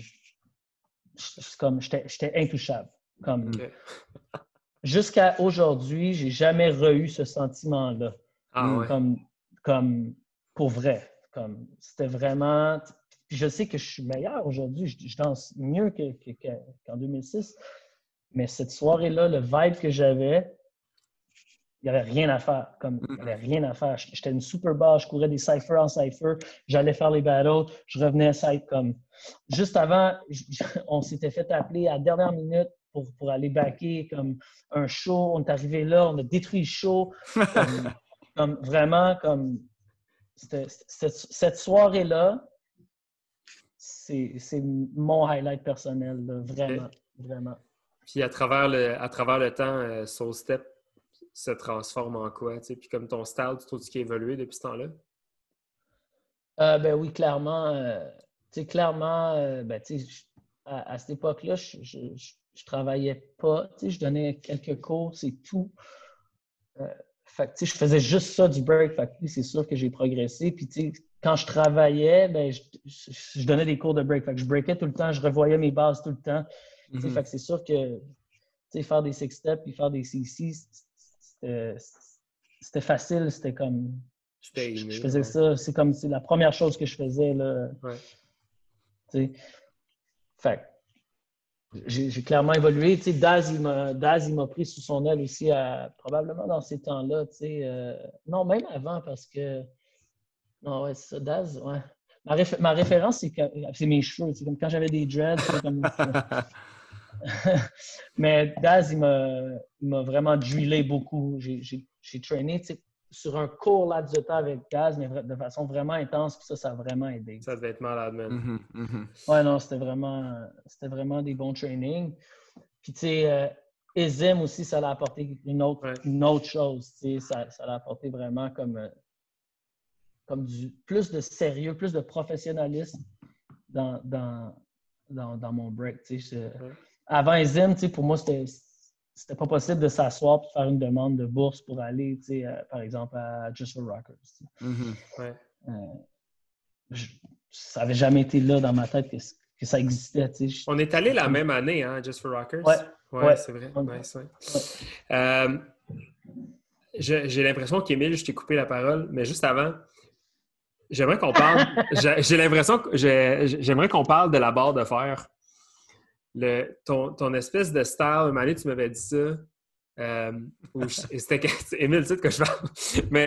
je- comme j'étais j'étais intouchable. Comme, Ok. jusqu'à aujourd'hui, j'ai jamais re-eu ce sentiment-là. Ah Mm. ouais. Comme, comme pour vrai. Comme, c'était vraiment. Puis je sais que je suis meilleur aujourd'hui. Je, je danse mieux que, que- que- qu'en deux mille six. Mais cette soirée-là, le vibe que j'avais, il n'y avait rien à faire. Comme, il n'y avait rien à faire. J'étais une super basse, je courais des cyphers en cypher, j'allais faire les battles, je revenais à site comme. Juste avant, j- on s'était fait appeler à la dernière minute pour, pour aller backer comme un show. On est arrivé là, on a détruit le show. Comme, comme vraiment, comme. c'était- Cette, cette soirée-là, c'est c'est mon highlight personnel, là, vraiment, Ok. vraiment. Puis à travers le, à travers le temps, euh, Soul Step se transforme en quoi? Tu sais? Puis comme ton style, tu trouves qu'il a évolué depuis ce temps-là? Euh, ben oui, clairement. euh, tu sais, clairement, euh, ben, tu sais, je- à, à cette époque-là, je, je, je, je travaillais pas. Tu sais, je donnais quelques cours, c'est tout. Euh, fait que, tu sais, je faisais juste ça du break. Fait que, oui, c'est sûr que j'ai progressé. Puis, tu sais, quand je travaillais, ben, je, je, je donnais des cours de break. Fait que je breakais tout le temps, je revoyais mes bases tout le temps. Tu sais, Mhm. fait que c'est sûr que tu sais, faire des six steps puis faire des C C, c'était c'était facile. C'était comme. C'était Je, inné, je faisais ouais. ça. C'est comme c'est la première chose que je faisais. Là, Ouais. tu sais. Fait que j'ai j'ai clairement évolué. Tu sais, Daz, il m'a Daz, il m'a pris sous son aile aussi, à, probablement dans ces temps-là. Tu sais, euh, non, même avant, parce que. Non, ouais, c'est ça. Daz, ouais. Ma, réf- ma référence, c'est que- c'est mes cheveux. C'est comme quand j'avais des dreads. C'est comme. Mais Daz, il m'a il m'a vraiment drillé beaucoup. J'ai j'ai- j'ai traîné, tu sais, sur un court laps de temps avec Daz, mais vra- de façon vraiment intense, puis ça, ça a vraiment aidé. Ça devait être malade, man. Mhm, mhm. Ouais, non, c'était vraiment, c'était vraiment des bons trainings. Puis, tu sais, euh, Izim aussi, ça l'a apporté une autre, Ouais. une autre chose. Tu sais, ça, ça l'a apporté vraiment comme, euh, comme du, plus de sérieux, plus de professionnalisme dans, dans, dans, dans mon break. Tu sais, Je- Ouais. Avant Izim, tu sais, pour moi, c'était, c'était pas possible de s'asseoir et faire une demande de bourse pour aller, tu sais, euh, par exemple, à Just for Rockers. tu sais. Mhm. Ouais. Euh, je- ça n'avait jamais été là dans ma tête que, que ça existait. Tu sais. Je- On est allé la comme- même année, hein, Just for Rockers? Ouais. Ouais, Ouais. c'est vrai. On- Nice, ouais. Ouais. Euh, je- j'ai l'impression qu'Émile, je t'ai coupé la parole, mais juste avant, j'aimerais qu'on parle. j'ai j'ai l'impression que j'ai- j'aimerais qu'on parle de la barre de fer. Le, ton, ton espèce de style, un moment donné, tu m'avais dit ça. Euh, où je- c'était que- Émile, tu sais de quoi je parle. Mais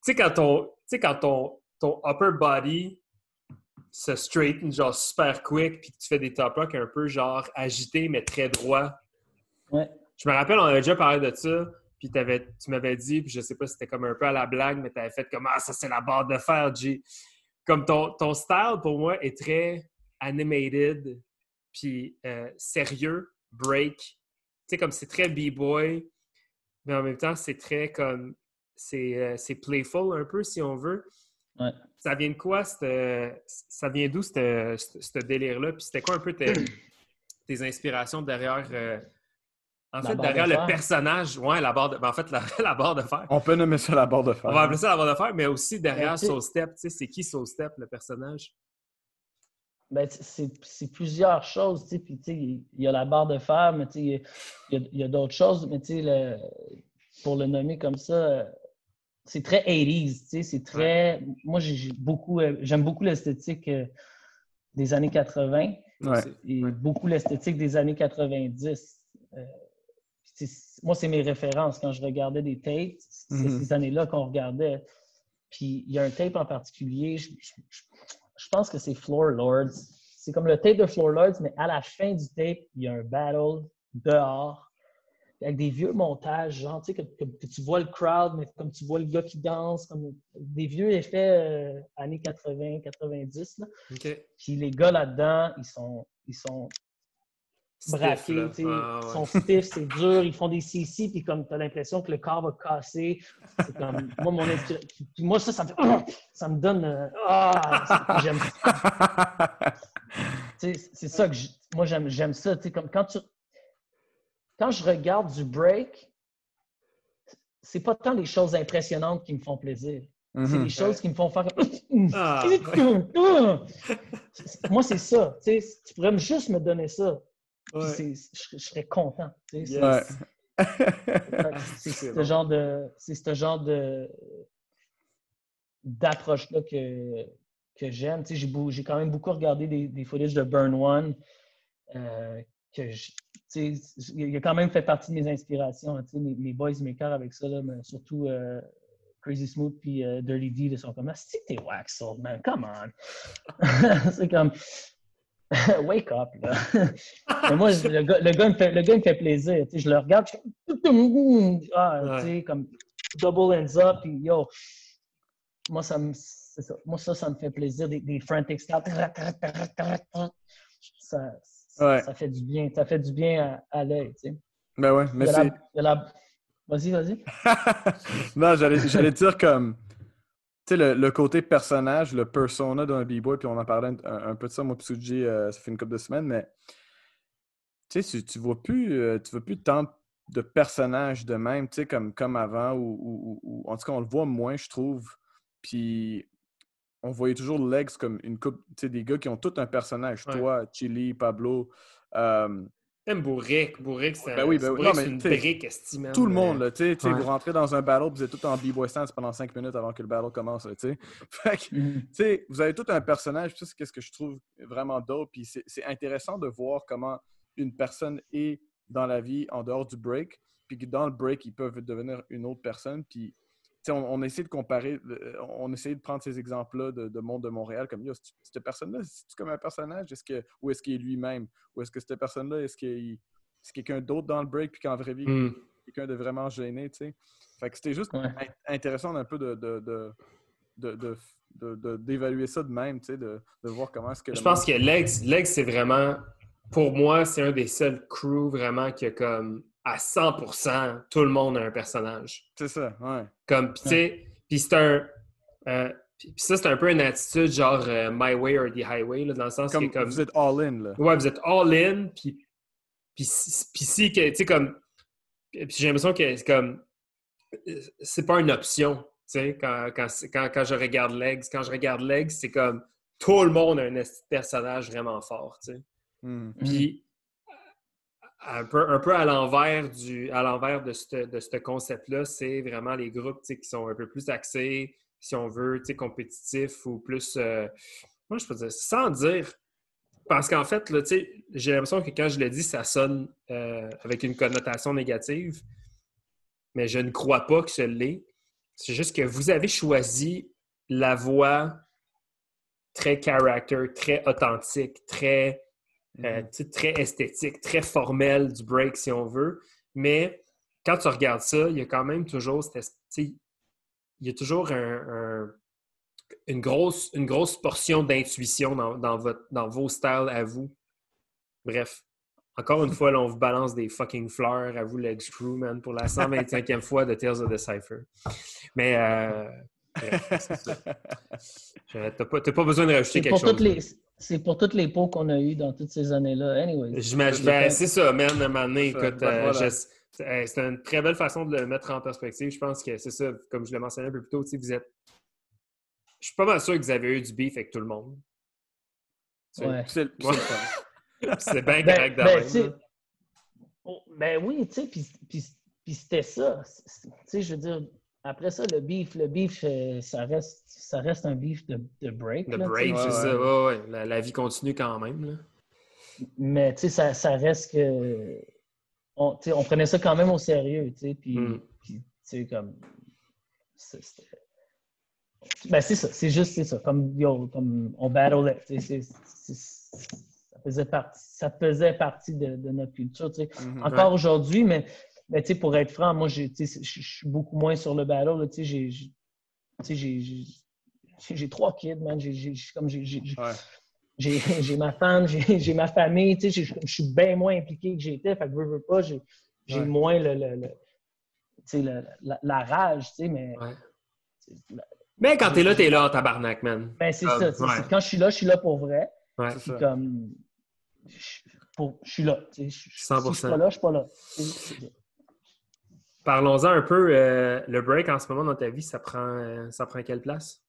sais, quand ton, tu sais, quand ton, ton upper body se straighten genre super quick puis que tu fais des top rocks un peu genre agités mais très droits. Ouais. Je me rappelle, on avait déjà parlé de ça, puis t'avais, tu m'avais dit, puis je sais pas si c'était comme un peu à la blague, mais tu avais fait comme « Ah, ça, c'est la barre de fer, G. » Comme ton, ton style, pour moi, est très animated, puis euh, sérieux, break. Tu sais, comme c'est très b-boy, mais en même temps, c'est très comme... C'est, euh, c'est playful un peu, si on veut. Ouais. Ça vient de quoi? Cette, ça vient d'où, ce délire-là? Puis c'était quoi un peu tes, tes inspirations derrière... Euh, En La fait, barre derrière de le fer. personnage, ouais, la barre de... ben, en fait, la, la barre de fer. On peut nommer ça la barre de fer. On va appeler ça la barre de fer, mais aussi derrière Ben, tu sais- Soul Step. Tu sais, c'est qui Soul Step, le personnage? Ben, t- c'est c'est plusieurs choses, tu sais, puis tu sais, il y a la barre de fer, mais tu sais, il y a- il y a, il y a d'autres choses, mais tu sais, le- pour le nommer comme ça, euh, c'est très eighties, tu sais, c'est très... Moi, j'ai j'ai beaucoup, euh, j'aime beaucoup l'esthétique euh, des années quatre-vingts Moi Ouais. aussi. et Ouais. beaucoup l'esthétique des années quatre-vingt-dix. Euh, puis c'est- moi, c'est mes références. Quand je regardais des tapes, c'est Mhm. ces années-là qu'on regardait. Puis il y a un tape en particulier, je, je- je- je pense que c'est Floor Lords. C'est comme le tape de Floor Lords, mais à la fin du tape, il y a un battle dehors avec des vieux montages, genre, tu sais, que, que- que tu vois le crowd, mais comme tu vois le gars qui danse, comme des vieux effets euh, années quatre-vingts, quatre-vingt-dix. Là. OK. Puis les gars là-dedans, ils sont, ils sont Stiff, braqués, là. tu sais, Ah, ils ouais. sont stiffs, c'est dur, ils font des C C, puis comme tu as l'impression que le corps va casser. C'est comme, moi, mon inspiration. Puis moi, ça, ça me fait, ça me donne, euh, ah, c'est- j'aime tu sais, c'est ça que je- moi, j'aime, j'aime ça, tu sais, comme quand tu, quand je regarde du break, c'est pas tant les choses impressionnantes qui me font plaisir. C'est Mhm. les choses Ouais. qui me font faire comme... Ah, Moi, c'est ça. Tu sais, tu pourrais me- juste me donner ça. Puis ouais. c'est- je, je serais content. Tu sais, Yes. c'est- Ouais. c'est C'est ce bon. genre de c'est ce genre de d'approche-là que, que j'aime. Tu sais, j'ai, beau- j'ai quand même beaucoup regardé des, des footage de Burn One. euh, que je- tu sais, il a quand même fait partie de mes inspirations. Tu sais, mes, mes boys makers avec ça, là, mais surtout euh, Crazy Smooth puis euh, Dirty D, ils sont comme, ah, c'est que t'es wax, old man, come on. C'est comme, wake up, là. Mais moi, je- le gars, le gars me fait, le gars me fait plaisir. Tu sais, je le regarde, je suis comme, ah, tu sais, comme double ends up, puis yo, moi, ça me, c'est ça. Moi, ça, ça me fait plaisir, des, des frantic styles. Ça, ça, Ouais. ça fait du bien, ça fait du bien à, à l'œil, tu sais. Ben ouais, mais Il y a c'est. la- il y a la- Vas-y, vas-y. Non, j'allais, j'allais dire comme. Tu sais, le, le côté personnage, le persona d'un b-boy, puis on en parlait un, un peu de ça, moi, puis Suji, euh, ça fait une couple de semaines, mais. Tu sais, tu, tu vois plus, euh, tu vois plus tant de personnages de même, tu sais, comme, comme avant, ou, ou- ou- ou- en tout cas, on le voit moins, je trouve. Puis on voyait toujours Legs comme une coupe, tu sais, des gars qui ont tout un personnage. Ouais. Toi, Chili, Pablo. euh, Même Bourric. Bourric, c'est Ben oui, ben oui. Bourric, Non, c'est mais une t'sais, brique, estime. tout le monde, là, tu sais, tu sais, Ouais. vous rentrez dans un battle, vous êtes tout en b-boy stance pendant cinq minutes avant que le battle commence, là, tu sais. Fait que, Mhm. tu sais, vous avez tout un personnage, puis ça, c'est ce que je trouve vraiment dope, puis c'est c'est intéressant de voir comment une personne est dans la vie en dehors du break, puis que dans le break, ils peuvent devenir une autre personne, puis tu sais, on, on essaie de comparer, euh, on essaie de prendre ces exemples-là de, de monde de Montréal, comme, yo, c'est- cette personne-là, c'est comme un personnage, est-ce que, ou est-ce qu'il est lui-même, ou est-ce que cette personne-là, est-ce qu'il c'est quelqu'un d'autre dans le break, puis qu'en vraie vie, Mm. quelqu'un de vraiment gêné, tu sais. Fait que c'était juste Ouais. in- intéressant un peu de, de, de, de, de- de- de- d'évaluer ça de même, tu sais, de, de voir comment est-ce que le Je pense monde- que Legs, Legs, c'est vraiment, pour moi, c'est un des seuls crews vraiment qui a comme à cent pour cent, tout le monde a un personnage. C'est ça, ouais. Comme, puis tu sais, puis c'est un. euh, puis ça, c'est un peu une attitude genre euh, My Way or the Highway, là, dans le sens Comme, que comme. vous êtes all-in, là. Ouais, vous êtes all in, puis. Puis si, puis si que, tu sais, comme. Puis j'ai l'impression que c'est comme. C'est pas une option, tu sais, quand, quand, quand, quand je regarde Legs. Quand je regarde Legs, c'est comme. Tout le monde a un esti de personnage vraiment fort, tu sais. Hmm. Puis, un peu, un peu à l'envers du, à l'envers de ce de ce concept-là, c'est vraiment les groupes qui sont un peu plus axés, si on veut, compétitifs ou plus. Euh, moi, je peux dire, sans dire. Parce qu'en fait, là, j'ai l'impression que quand je le dis, ça sonne euh, avec une connotation négative, mais je ne crois pas que ce l'est. C'est juste que vous avez choisi la voie très character, très authentique, très, euh, Mm-hmm. très esthétique, très formelle du break, si on veut. Mais quand tu regardes ça, il y a quand même toujours cette, il y a toujours un, un, une, grosse, une grosse portion d'intuition dans, dans, votre, dans vos styles à vous. Bref. Encore une fois, là, on vous balance des fucking fleurs à vous, Leg Screw, man, pour la cent vingt-cinquième fois de Tales of the Cypher. Mais, euh, bref, c'est ça. Je, t'as, pas, t'as pas besoin de rajouter C'est quelque pour toutes chose. les, c'est pour toutes les pots qu'on a eues dans toutes ces années-là. Anyways. J'imagine, C'est ben, comme- c'est ça, man, à un moment donné, C'est ça. écoute, Ben, euh, voilà. je- c'est c'est une très belle façon de le mettre en perspective. Je pense que c'est ça, comme je l'ai mentionné un peu plus tôt, tu sais, vous êtes... Je suis pas mal sûr que vous avez eu du beef avec tout le monde. Tu sais. Ouais. C'est c'est Ouais. le fun. C'est bien Ben, correct de ben, même, tu sais, là. oh, ben oui, tu sais, puis, puis, puis c'était ça. C'est- Tu sais, je veux dire, après ça, le beef, le beef, euh, ça reste, ça reste un beef de, de break. Le là, tu break, sais. c'est Ouais, ça, ouais. ouais, ouais. La, la vie continue quand même, là. Mais tu sais, ça, ça reste que. On, tu sais, on prenait ça quand même au sérieux, tu sais, puis, Mm. puis, tu sais, comme. c'est- c'était- Ben, c'est ça, c'est juste c'est ça. Comme, yo, comme on battle, tu sais, c'est- c'est- ça faisait partie, ça faisait partie de, de notre culture, tu sais. Mhm. Encore Ouais. aujourd'hui, mais, mais tu sais, pour être franc, moi, j'ai, tu sais, je je suis beaucoup moins sur le battle, là, tu sais, j'ai, j'ai- tu sais, j'ai, j'ai, j'ai trois kids, man, j'ai, j'ai, j'ai- comme j'ai, j'ai, Ouais. j'ai, j'ai ma femme, j'ai, j'ai ma famille, tu sais, j'ai- je suis bien moins impliqué que j'étais, fait que veux, veux pas, j'ai, j'ai Ouais. moins le, le, le- tu sais, le- la, la rage, tu sais, mais Ouais. tu sais, la- Mais quand t'es là, j'ai- t'es là en tabarnak, man. ben, c'est Comme, ça, tu sais, ouais. c'est- quand je suis là, je suis là pour vrai. Ouais. C'est Puis ça. comme, je, pour, je suis là. Tu sais, je- je- cent si pour je suis cent. pas là, je suis pas là. C'est- c'est ça. Parlons-en un peu. euh, le break en ce moment dans ta vie, ça prend, euh, ça prend quelle place?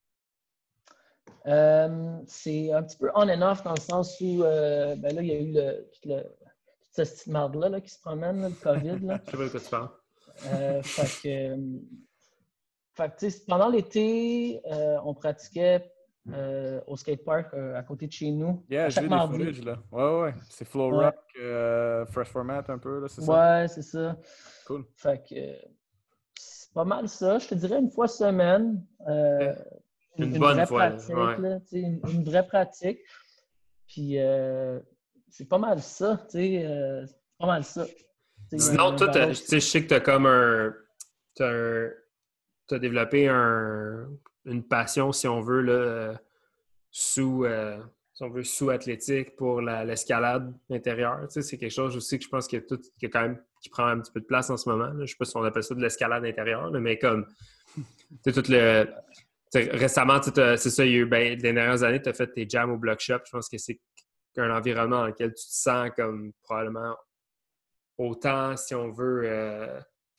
Euh, c'est un petit peu on and off dans le sens où, euh, ben là, il y a eu le, tout le, toute cette petite marde-là là, qui se promène, là, le COVID. Là. Je sais pas de quoi tu parles. Euh, fait que, euh, fait que, tu sais, pendant l'été, euh, on pratiquait euh, au skatepark euh, à côté de chez nous. Yeah, à j'ai chaque vu des mardi. footage, là. Ouais, ouais. C'est Flow Ouais. Rock, euh, Fresh Format un peu, là, c'est ça? Ouais, c'est ça. Cool. Fait que euh, c'est pas mal ça. Je te dirais une fois semaine. Euh, Une une, une bonne vraie fois, là, pratique, ouais. là, tu sais, une, une vraie pratique. Puis euh, c'est pas mal ça, tu sais. euh, c'est pas mal ça. Tu sais, Sinon, un toi, t'as- battle, tu sais, je sais que tu as comme un. Tu as développé un, une passion, si on veut, là, euh, sous, euh, si on veut, sous-athlétique pour la- l'escalade intérieure. Tu sais, c'est quelque chose aussi que je pense que tout, qui, quand même, qui prend un petit peu de place en ce moment. Là. Je ne sais pas si on appelle ça de l'escalade intérieure, là, mais comme. Tu sais, tout le. T'sais, récemment, c'est ça, il y a eu, ben, les dernières années, tu as fait tes jams au Block Shop. Je pense que c'est un environnement dans lequel tu te sens comme probablement autant, si on veut. Euh,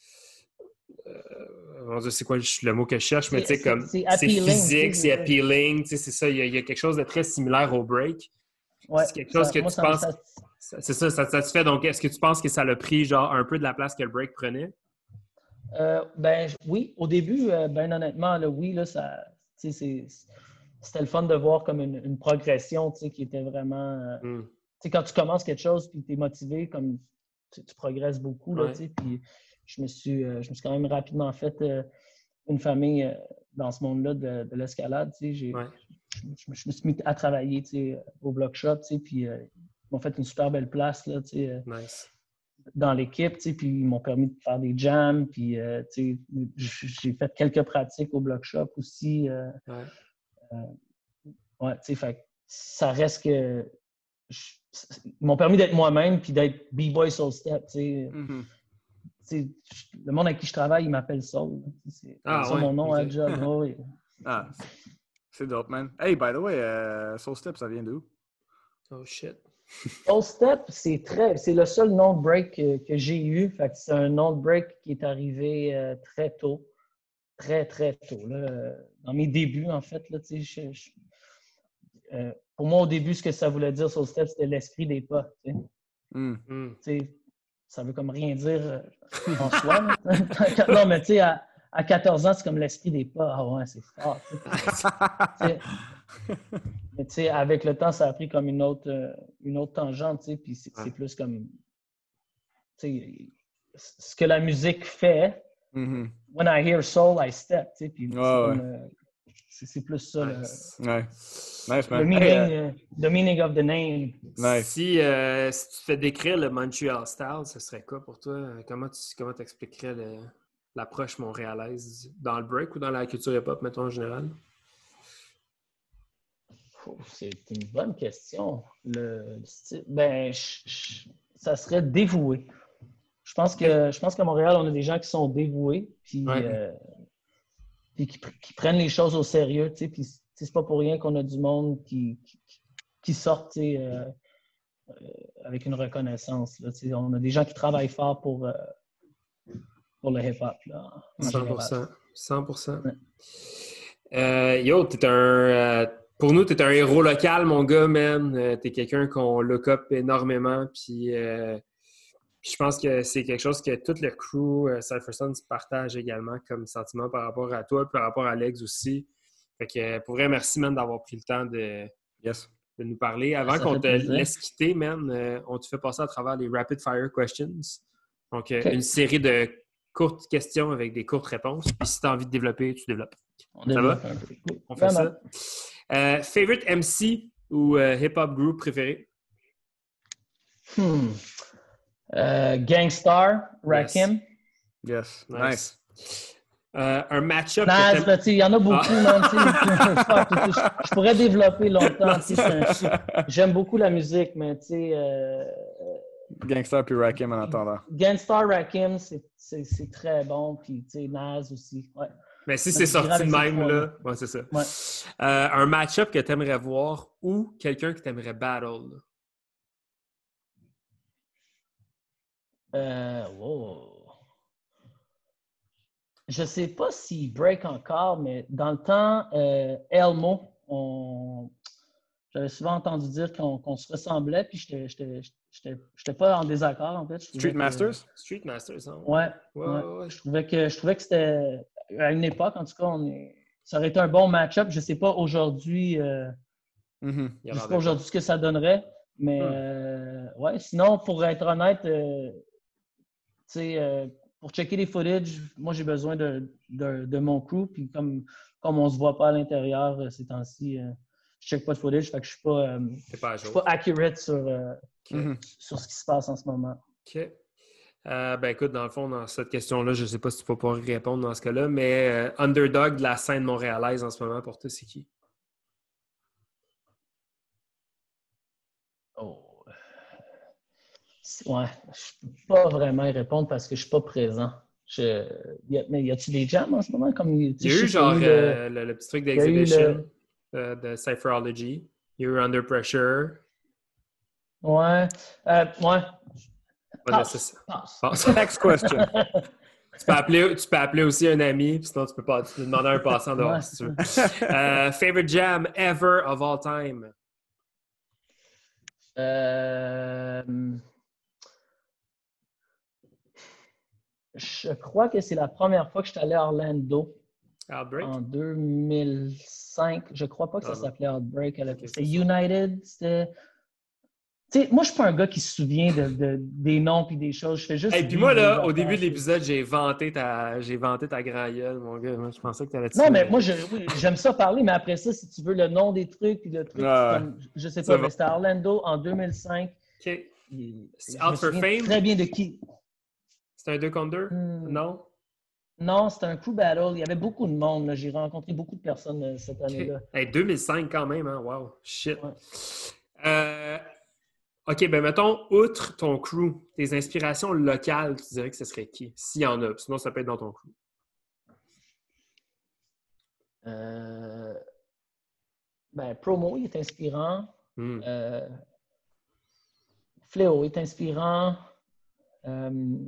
euh, c'est quoi le mot que je cherche, mais tu sais, comme c'est physique, c'est appealing, c'est ça, il y, a, il y a quelque chose de très similaire au break. Ouais, c'est quelque chose ça, que moi, tu ça, penses. Ça... C'est ça, ça te satisfait. Donc, est-ce que tu penses que ça l'a pris genre un peu de la place que le break prenait? Euh, ben oui, au début, euh, ben honnêtement, là, oui, là, ça, c'est, c'était le fun de voir comme une, une progression qui était vraiment. Euh, mm. Quand tu commences quelque chose et tu es motivé, comme tu, tu progresses beaucoup. Là, ouais. Puis je me suis, euh, je me suis quand même rapidement fait euh, une famille euh, dans ce monde-là de, de l'escalade. J'ai, ouais. je, je, je me suis mis à travailler au Block Shop, puis euh, ils m'ont fait une super belle place. Là, euh, nice. Dans l'équipe, puis ils m'ont permis de faire des jams, puis euh, j'ai fait quelques pratiques au Block Shop aussi. Euh, ouais, euh, ouais tu sais, fait ça reste que je, ils m'ont permis d'être moi-même puis d'être B-Boy Soul Step, tu sais. Mm-hmm. Le monde avec qui je travaille, il m'appelle Soul. C'est ah, ça ouais, mon nom okay. à job. Oh, yeah. Ah, c'est dope, man. Hey, by the way, uh, Soul Step, ça vient d'où? Oh shit. Soul Step, c'est très, c'est le seul nom de break que, que j'ai eu. Fait que c'est un nom de break qui est arrivé euh, très tôt, très très tôt. Là, dans mes débuts, en fait, là, je, je, euh, pour moi, au début, ce que ça voulait dire Soul Step, c'était l'esprit des pas. Mm. Ça veut comme rien dire euh, en soi. Non, mais tu sais, à, à quatorze ans, c'est comme l'esprit des pas. Ah ouais, c'est fort. Mais tu sais, avec le temps, ça a pris comme une autre, euh, une autre tangente, tu sais, puis c'est, ouais. c'est plus comme, tu sais, ce que la musique fait, Mm-hmm. When I hear soul, I step. Tu sais, puis Oh, c'est, ouais. comme, euh, c'est, c'est plus ça. Nice. Le, Ouais. Nice, the, man. meaning, Hey, uh, uh, the meaning of the name. Nice. Si, euh, si tu te fais décrire le Montreal style, ce serait quoi pour toi? Comment tu comment t'expliquerais le, l'approche montréalaise dans le break ou dans la culture hip-hop, mettons, en général? Oh, c'est une bonne question. Le, le style, ben, je, je, ça serait dévoué. Je pense que je pense qu'à Montréal, on a des gens qui sont dévoués, puis, Ouais. euh, puis qui, qui prennent les choses au sérieux, tu sais, puis c'est pas pour rien qu'on a du monde qui, qui, qui sort, tu sais, euh, euh, avec une reconnaissance. Là, tu sais. On a des gens qui travaillent fort pour, euh, pour le hip-hop, là, en cent pour cent. général. cent pour cent. Ouais. Euh, yo, t'es un... Euh, pour nous, t'es un héros local, mon gars, man. Euh, t'es quelqu'un qu'on look up énormément, puis... Euh, je pense que c'est quelque chose que tout le crew euh, Cypher Sons partage également comme sentiment par rapport à toi, par rapport à Legs aussi. Fait que euh, pour vrai, merci, man, d'avoir pris le temps de, Yes. de nous parler. Avant Ça qu'on fait te plaisir. laisse quitter, man, euh, on te fait passer à travers les Rapid Fire Questions. Donc, euh, OK. une série de courtes questions avec des courtes réponses. Puis si tu as envie de développer, tu développes. On Ça développe va? un peu. On fait Vraiment. ça. Euh, favorite M C ou euh, hip-hop group préféré? Hmm. Euh, Gangstar, Rakim. Yes. Nice. Nice. Euh, un match-up Nas, que t'aimes... ben, tu sais, il y en a beaucoup, Ah. man, tu sais. Fuck, tu sais, je, je pourrais développer longtemps. tu sais, c'est un- J'aime beaucoup la musique, mais tu sais, euh, Gangster puis Rakim en attendant. Gangstar, Rakim, c'est, c'est, c'est très bon. Puis, tu sais, Nas aussi. Ouais. Mais si Mais c'est je dirais sorti de avec ces même, là, trois-là. ouais, c'est ça. Ouais. Euh, un match-up que tu aimerais voir ou quelqu'un que tu aimerais battle. là. Euh, wow. Je sais pas s'il break encore, mais dans le temps, euh, Elmo, on... j'avais souvent entendu dire qu'on, qu'on se ressemblait, puis j'étais, j'étais, j'étais, j'étais pas en désaccord, en fait. Je trouvais Street que- Masters? Street Masters, hein? Ouais, Ouais, ouais. ouais, ouais. Je trouvais que je trouvais que c'était à une époque, en tout cas, on est... ça aurait été un bon match-up. Je sais pas aujourd'hui, euh, Mhm. Il y a je l'air sais de pas aujourd'hui ce que ça donnerait, mais Hmm. euh, ouais. Sinon, pour être honnête, euh, tu sais, euh, pour checker les footage, moi j'ai besoin de, de, de mon crew, puis comme comme on se voit pas à l'intérieur euh, ces temps-ci, euh, je check pas de footage, fait que je suis pas, euh, C'est pas à je suis jour. pas accurate sur euh, OK. Mhm. sur ce qui se passe en ce moment. OK. Euh, ben écoute, dans le fond, dans cette question-là, je ne sais pas si tu peux pas répondre dans ce cas-là, mais euh, underdog de la scène montréalaise en ce moment pour toi, c'est qui? Oh. Ouais, je ne peux pas vraiment y répondre parce que je ne suis pas présent. Je... Y a... Mais y a-tu des jams en ce moment? Comme... Il y a eu genre euh, le... Le, le petit truc il y a eu d'exhibition le... euh, de Cypherology. Il y a eu Under Pressure. Ouais. Euh, ouais. Pas Passe. nécessaire. Passe. Passe. Next question. Tu peux, appeler, tu peux appeler aussi un ami, puis sinon tu peux, pas, tu peux demander à un passant dehors Ouais. si tu veux. Euh, favorite jam ever of all time? Euh... Je crois que c'est la première fois que je suis allé à Orlando Outbreak? en deux mille cinq. Je crois pas que ça Ah non. s'appelait Outbreak à l'époque. Ok, C'était c'est ça. United. C'était... Tu sais, moi, je suis pas un gars qui se souvient de, de- des noms puis des choses. Je fais juste. Et puis vivre moi, les là, au affaires, début de tu sais. l'épisode, j'ai vanté ta, j'ai vanté ta grand gueule, mon gars. Moi, je pensais que tu allais te Non, mais souvenir. moi, je, oui, j'aime ça parler, mais après ça, si tu veux le nom des trucs, puis le truc, Ouais, ouais. comme, je sais Ça pas, va. mais c'était à Orlando en deux mille cinq. OK. Et C'est je me Out for souviens Fame? très bien de qui. C'est un deux contre deux? Hmm. Non? Non, c'était un crew battle. Il y avait beaucoup de monde. là. J'ai rencontré beaucoup de personnes euh, cette OK. année-là. Hey, deux mille cinq quand même, hein? Wow. Shit. Ouais. Euh, OK, ben mettons, outre ton crew, tes inspirations locales, tu dirais que ce serait qui? S'il y en a. Sinon, ça peut être dans ton crew. Euh, ben, Promo, il est inspirant. Hmm. Euh, Fléau est inspirant. Euh,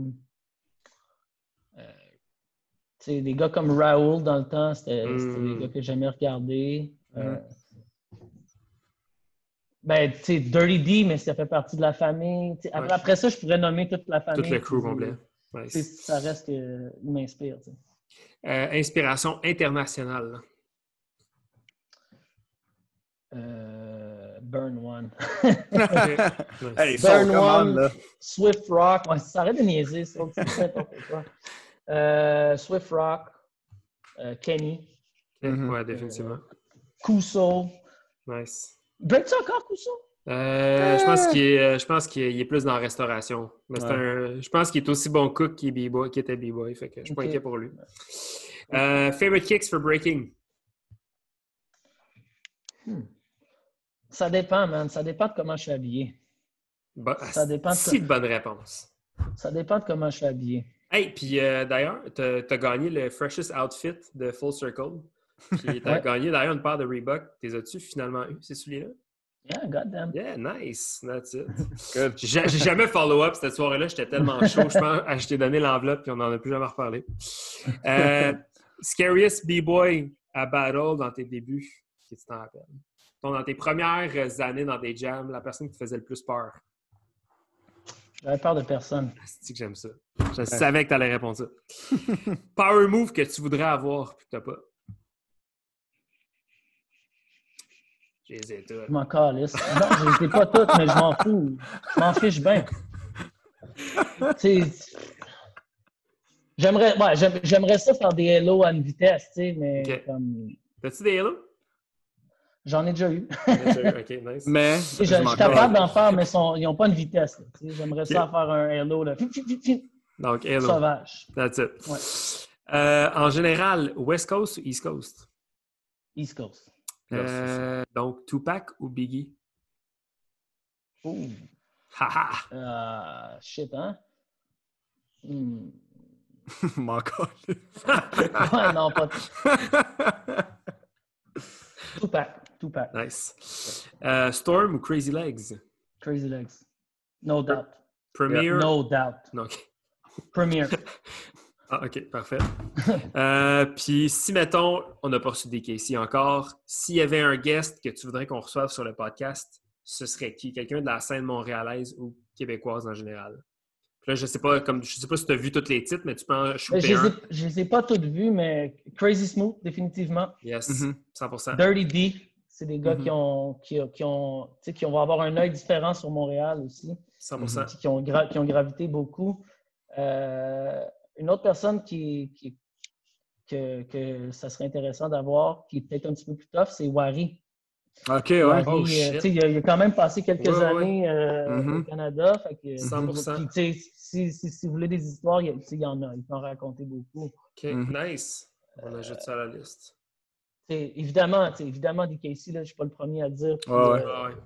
euh, tu sais, des gars comme Raoul, dans le temps, c'était Mm. c'était des gars que j'aimais regarder. Euh, Mm. ben, tu sais, Dirty D, mais ça fait partie de la famille. Tu sais, Après, Ouais. après ça, je pourrais nommer toute la famille. Tout le crew puis, complet. tu sais, Nice. ça reste qu'il m'inspire. tu sais. Euh, inspiration internationale. Euh, Burn One. Hey, Nice. son, Burn come on, One. là. Swift Rock. Ouais, ça arrête de niaiser, ça. C'est n'importe quoi. Euh, Swift Rock, euh, Kenny. Okay. Mm-hmm. Ouais, définitivement. Kuso. Nice. Break-tu encore, Kuso? Euh, je pense qu'il est, je pense qu'il est plus dans la restauration. Mais c'est Ouais. un, je pense qu'il est aussi bon cook qu'il est B-boy, qu'il était B-boy. Fait que je suis pas Okay. inquiet pour lui. Euh, favorite kicks for breaking? Hmm. Ça dépend, man. Ça dépend de comment je suis habillé. Bon, Ça dépend de si de bonne réponse. Ça dépend de comment je suis habillé. Hey, puis euh, d'ailleurs, t'as, t'as gagné le freshest outfit de Full Circle. Puis t'as Ouais. gagné d'ailleurs une paire de Reebok. T'es as-tu finalement eu, ces souliers-là? Yeah, goddamn. Yeah, nice. That's it. Good. J'ai, j'ai jamais follow-up cette soirée-là. J'étais tellement chaud. Je pense je t'ai donné l'enveloppe puis on n'en a plus jamais reparlé. Euh, scariest B-boy à battle dans tes débuts, si tu t'en rappelles. Donc, dans tes premières années dans des jams, la personne qui te faisait le plus peur. J'avais peur de personne. C'est que j'aime ça. Je savais que tu allais répondre ça. Power move que tu voudrais avoir puis que tu n'as pas. J'ai les ai toutes. Je m'en calisse. Non, je les ai pas toutes, mais je m'en fous. Je m'en fiche bien. Tu sais, j'aimerais, ouais, j'aime- j'aimerais ça faire des hello à une vitesse, tu sais, mais Ok. comme, T'as-tu des halos? j'en ai déjà eu. OK, nice. Mais, Tu sais, je je, je m'en suis capable colle. d'en faire, mais sont- ils n'ont pas une vitesse. Là, tu sais. J'aimerais ça faire un hello là, fi- fi- fi- fi- Donc, halo. sauvage. That's it. Ouais. Euh, en général, West Coast ou East Coast? East Coast. Euh, donc, Tupac ou Biggie? Ouh. Haha! Euh, shit, hein? Hmm. m'en colle. Ouais, non, pas Tupac. Tupac. Nice. Euh, Storm ou Crazy Legs? Crazy Legs. No doubt. Premier? No doubt. Non, OK. Premier. Ah, OK, parfait. euh, Puis, si, mettons, on n'a pas reçu des Casey encore, s'il y avait un guest que tu voudrais qu'on reçoive sur le podcast, ce serait qui? Quelqu'un de la scène montréalaise ou québécoise en général? Puis là, je sais pas, comme je sais pas si tu as vu tous les titres, mais tu peux en Je shooter les, ai, un. je les ai pas toutes vues, mais Crazy Smooth, définitivement. Yes, Mhm. cent pour cent. Dirty D, c'est des gars Mhm. qui ont qui, qui ont tu sais, qui vont avoir un œil différent sur Montréal aussi, cent pour cent. puis qui ont gra- qui ont gravité beaucoup. Euh, une autre personne qui, qui que, que ça serait intéressant d'avoir, qui est peut-être un petit peu plus tough, c'est Wari. OK, ouais. Wari, Oh, euh, shit. tu sais, il, a, il a quand même passé quelques Ouais, ouais, années euh, Mhm. au Canada. Fait que, cent pour cent. puis, tu sais, si, si, si vous voulez des histoires, il y, a- tu sais, il y en a. Il peut en raconter beaucoup. OK, Mhm. nice. On ajoute ça à la liste. Tu sais, évidemment, tu sais, évidemment, des Casey, là, je ne suis pas le premier à le dire. Puis, Ouais, ouais. euh, Ah ouais.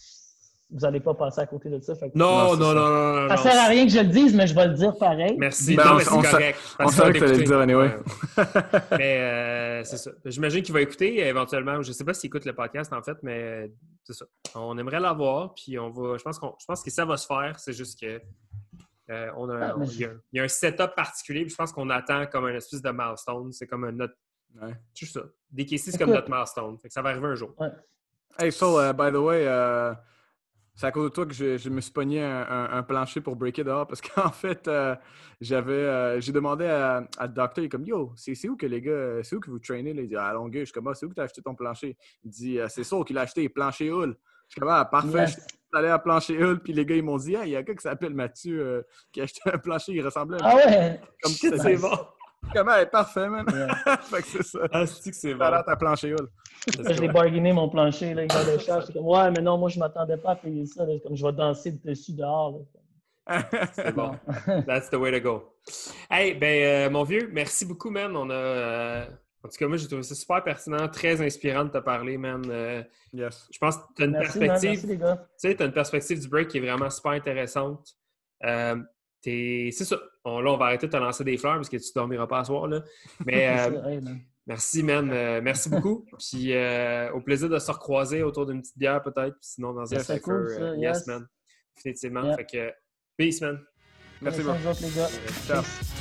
vous n'allez pas passer à côté de ça. Fait que- Non, Non, non, c'est non, ça. non, non, non. Ça sert à rien que je le dise, mais je vais le dire pareil. Merci. Ben, non, on- mais c'est on sa- correct. on Parce savait qu'on que t'allais le écouté. dire anyway. Ouais. Mais euh, c'est ça. J'imagine qu'il va écouter éventuellement. Je ne sais pas s'il écoute le podcast, en fait, mais c'est ça. On aimerait l'avoir, puis on va. Je pense, qu'on, je pense que ça va se faire. C'est juste que euh, on a, Ah, mais on- il, y a, il y a un setup particulier, puis je pense qu'on attend comme un espèce de milestone. C'est comme un notre. Ouais. C'est juste ça. Des cases, c'est comme Écoute. notre milestone. Fait que ça va arriver un jour. Ouais. Hey, Saul, uh, by the way, uh, c'est à cause de toi que je, je me suis pogné un, un, un plancher pour breaker dehors parce qu'en fait, euh, j'avais, euh, j'ai demandé à, à le docteur, il est comme, yo, c'est, c'est où que les gars, c'est où que vous traînez? Là? Il dit, à Longueuil. Je suis comme, ah, c'est où que tu as acheté ton plancher? Il dit, ah, c'est Saul qui l'a acheté, plancher Hull. Je suis comme, ah, parfait. Yes. Je suis allé à plancher Hull, puis les gars, ils m'ont dit, ah, il y a un gars qui s'appelle Mathieu euh, qui a acheté un plancher, il ressemblait un Ah ouais! comme Shit, ça. c'est bon. Comme, hey, parfait, man. Ouais. Fait que c'est ça. Ah, c'est que c'est bon. Shout out à plancher Hull. Là, je l'ai bargainé mon plancher, là, il va le charge. J'étais comme, ouais, mais non, moi, je ne m'attendais pas à payer ça. Là. Comme je vais danser dessus dehors. Là. C'est bon. Non. That's the way to go. Hey, ben, euh, mon vieux, merci beaucoup, man. On a. euh, En tout cas, moi, j'ai trouvé ça super pertinent, très inspirant de te parler, man. Euh, Yes. je pense que tu as une Merci, man, perspective. merci les gars. Tu sais, tu as une perspective du break qui est vraiment super intéressante. Euh, t'es- c'est ça. On- là, on va arrêter de te lancer des fleurs parce que tu ne dormiras pas à soir. Là. Mais euh, C'est vrai, man. merci, man. Euh, merci beaucoup. Puis euh, au plaisir de se recroiser autour d'une petite bière, peut-être. Puis sinon, dans un Ça serait cypher. cool, ça, euh, yes, yes. man. Définitivement. Yeah. Fait que, peace, man. Merci Merci, beaucoup. vous autres, les gars. Ciao. Peace.